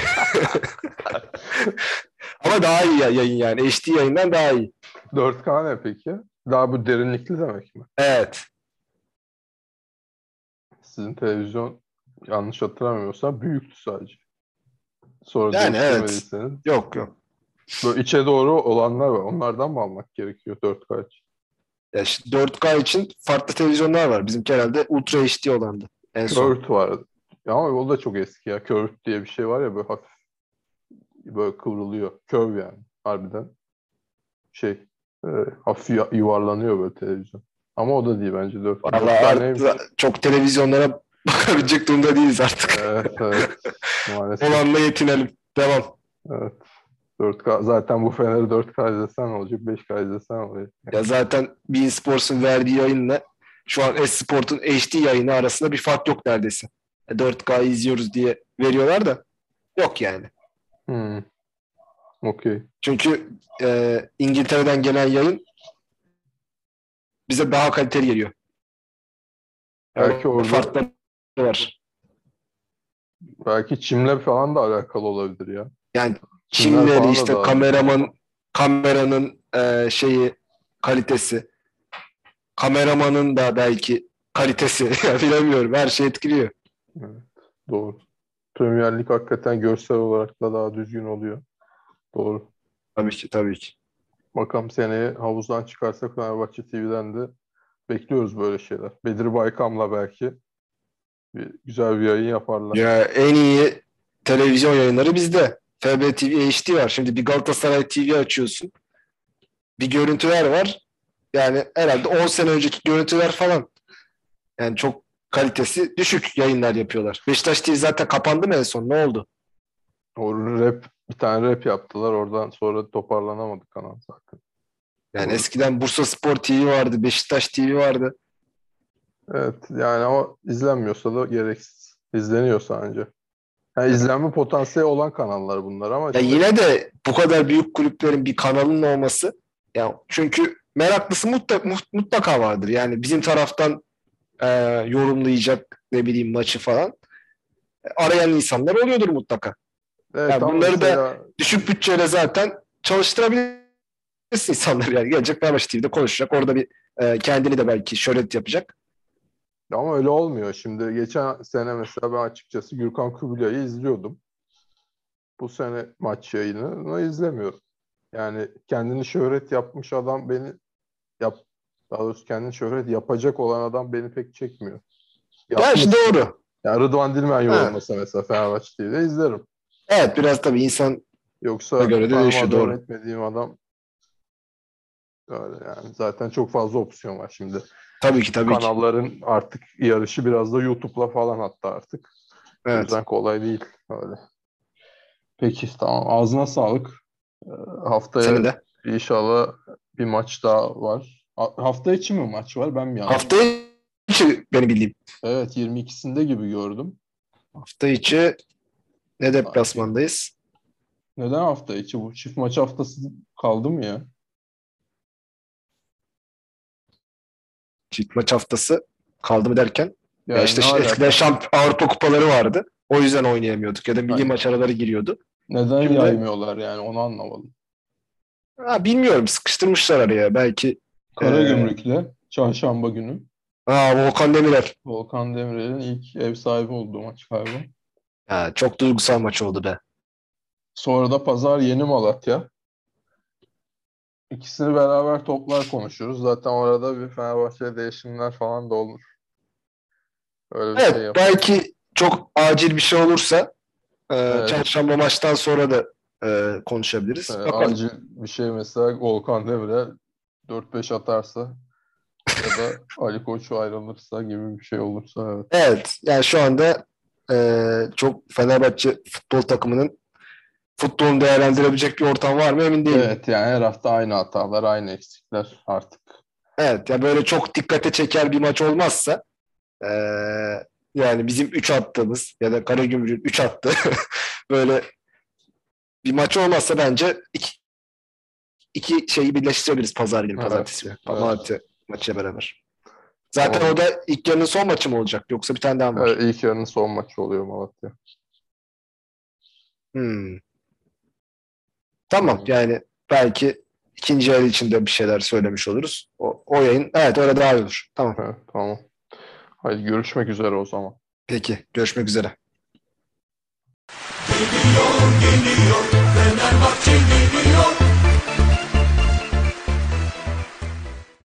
C: ama daha iyi yayın yani. HD yayından daha iyi.
B: 4K ne peki? Daha bu derinlikli demek mi?
C: Evet.
B: Sizin televizyon yanlış hatırlamıyorsam büyüktü sadece. Sonra
C: Yani evet.
B: değiştirmediyseniz.
C: Yok.
B: Böyle içe doğru olanlar var. Onlardan mı almak gerekiyor 4K için?
C: Ya işte 4K için farklı televizyonlar var. Bizimki herhalde Ultra HD olandı en son.
B: Curved vardı. Ya ama o da çok eski ya. Curved diye bir şey var ya, böyle hafif böyle kıvrılıyor. Curve yani harbiden. Şey e, hafif yuvarlanıyor böyle televizyon. Ama o da değil bence 4K.
C: Valla
B: 4K neymiş?
C: artık çok televizyonlara bakabilecek durumda değiliz artık.
B: Evet. Maalesef.
C: Olanla yetinelim. Devam.
B: Evet. 4K. Zaten bu Fener'i 4K izlesen olacak, 5K izlesen olacak.
C: Ya zaten beIN Sports'un verdiği yayınla şu an Sport'un HD yayını arasında bir fark yok neredeyse. 4K izliyoruz diye veriyorlar da yok yani.
B: Okey.
C: Çünkü İngiltere'den gelen yayın bize daha kaliteli geliyor.
B: Belki orada
C: farklar var.
B: belki çimle falan da alakalı olabilir ya.
C: Yani
B: Çimler
C: çimleri
B: falan da
C: işte
B: daha
C: kameranın şeyi kalitesi, kameramanın da belki kalitesi ya bilemiyorum. Her şey etkiliyor.
B: Evet, doğru. Premier Lig hakikaten görsel olarak da daha düzgün oluyor. Doğru.
C: Tabii ki.
B: Bakalım seneye havuzdan çıkarsak Fenerbahçe TV'den de bekliyoruz böyle şeyler. Bedir Baykam'la belki güzel bir yayın yaparlar.
C: Ya en iyi televizyon yayınları bizde. FB TV HD var. Şimdi bir Galatasaray TV açıyorsun. Bir görüntüler var. Yani herhalde 10 sene önceki görüntüler falan. Yani çok kalitesi düşük yayınlar yapıyorlar. Beşiktaş TV zaten kapandı mı en son? Ne oldu?
B: Bir tane rap yaptılar. Oradan sonra toparlanamadı kanal zaten.
C: Yani
B: Doğru.
C: eskiden Bursaspor TV vardı, Beşiktaş TV vardı.
B: Evet yani ama izlenmiyorsa da gereksiz. İzleniyorsa ancak. Yani izlenme potansiyeli olan kanallar bunlar ama
C: Ya
B: işte
C: yine de bu kadar büyük kulüplerin bir kanalının olması ya çünkü meraklısı mutlaka vardır. Yani bizim taraftan yorumlayacak ne bileyim maçı falan arayan insanlar oluyordur mutlaka.
B: evet
C: Yani
B: ama
C: bunları da
B: mesela
C: düşük bütçeyle zaten çalıştırabilirsin insanlar yani. Gelecek Fenerbahçe TV'de konuşacak. Orada bir kendini de belki şöhret yapacak.
B: ama öyle olmuyor. Şimdi geçen sene mesela ben açıkçası Gürkan Kubilay'ı izliyordum. Bu sene maç yayını izlemiyorum. Yani kendini şöhret yapmış adam yap daha doğrusu kendini şöhret yapacak olan adam beni pek çekmiyor.
C: Gerçi
B: Yapmışsa.
C: doğru.
B: Yani Rıdvan Dilmen
C: Ha.
B: yorumlasa mesela Fenerbahçe TV'de izlerim.
C: Evet biraz tabii insana
B: Yoksa
C: göre de değişiyor
B: tanımadığım
C: doğru.
B: etmediğim adam öyle yani. Zaten çok fazla opsiyon var şimdi.
C: Tabii ki.
B: Kanalların artık yarışı biraz da YouTube'la falan hatta artık. O
C: Evet.
B: yüzden kolay değil. Öyle. Peki tamam. Ağzına sağlık. Ee,
C: Senin
B: Haftaya
C: de.
B: inşallah bir maç daha var. Hafta içi mi maç var? Ben mi yanlış?
C: Hafta içi benim bildiğim.
B: Evet 22'sinde gibi gördüm.
C: Hafta içi ne deplasmandayız?
B: Neden hafta içi? Bu çift maç haftası kaldı mı ya?
C: Çift maç haftası kaldı mı derken? Ya
B: Yani
C: işte
B: ne
C: eskiden
B: alaka?
C: Avrupa kupaları vardı. O yüzden oynayamıyorduk ya da milli
B: Hani
C: maç araları giriyordu.
B: neden
C: Şimdi
B: yaymıyorlar yani onu anlamadım.
C: bilmiyorum, sıkıştırmışlar araya. Belki
B: Karagümrük'le çarşamba günü
C: Volkan Demirel.
B: Volkan Demirel'in ilk ev sahibi olduğu maç galiba.
C: Çok duygusal maç oldu be.
B: Sonra da pazar Yeni Malatya. İkisini beraber toplar konuşuruz. Zaten orada bir Fenerbahçe değişimler falan da olur. Öyle bir şey
C: Evet,
B: yaparız.
C: belki çok acil bir şey olursa
B: Evet.
C: çarşamba maçtan sonra da konuşabiliriz. Bakalım.
B: Acil bir şey mesela Volkan Demirel 4-5 atarsa ya da Ali Koç ayrılırsa gibi bir şey olursa evet.
C: Evet, yani şu anda çok Fenerbahçe futbol takımının futbolunu değerlendirebilecek bir ortam var mı emin değilim.
B: Evet yani her hafta aynı hatalar, aynı eksikler artık.
C: Evet, ya böyle çok dikkate çeker bir maç olmazsa e, yani bizim 3 attığımız ya da Karagümrük'ün 3 attığı böyle bir maç olmazsa bence iki şeyi birleştirebiliriz pazar günü,
B: Evet.
C: pazartesi,
B: Evet.
C: Malatya maçıyla beraber. Zaten o
B: Tamam.
C: da ilk yarının son maçı mı olacak yoksa bir tane daha mı var?
B: Evet, ilk yarının son maçı oluyor Malatya.
C: Hmm. Tamam,
B: Aynen.
C: yani belki ikinci yarı içinde bir şeyler söylemiş oluruz. O yayın, evet, öyle daha iyi olur. Tamam.
B: Evet, tamam. Haydi görüşmek üzere o zaman.
C: Peki, görüşmek üzere.
A: Geliyor, geliyor, Fenerbahçe geliyor.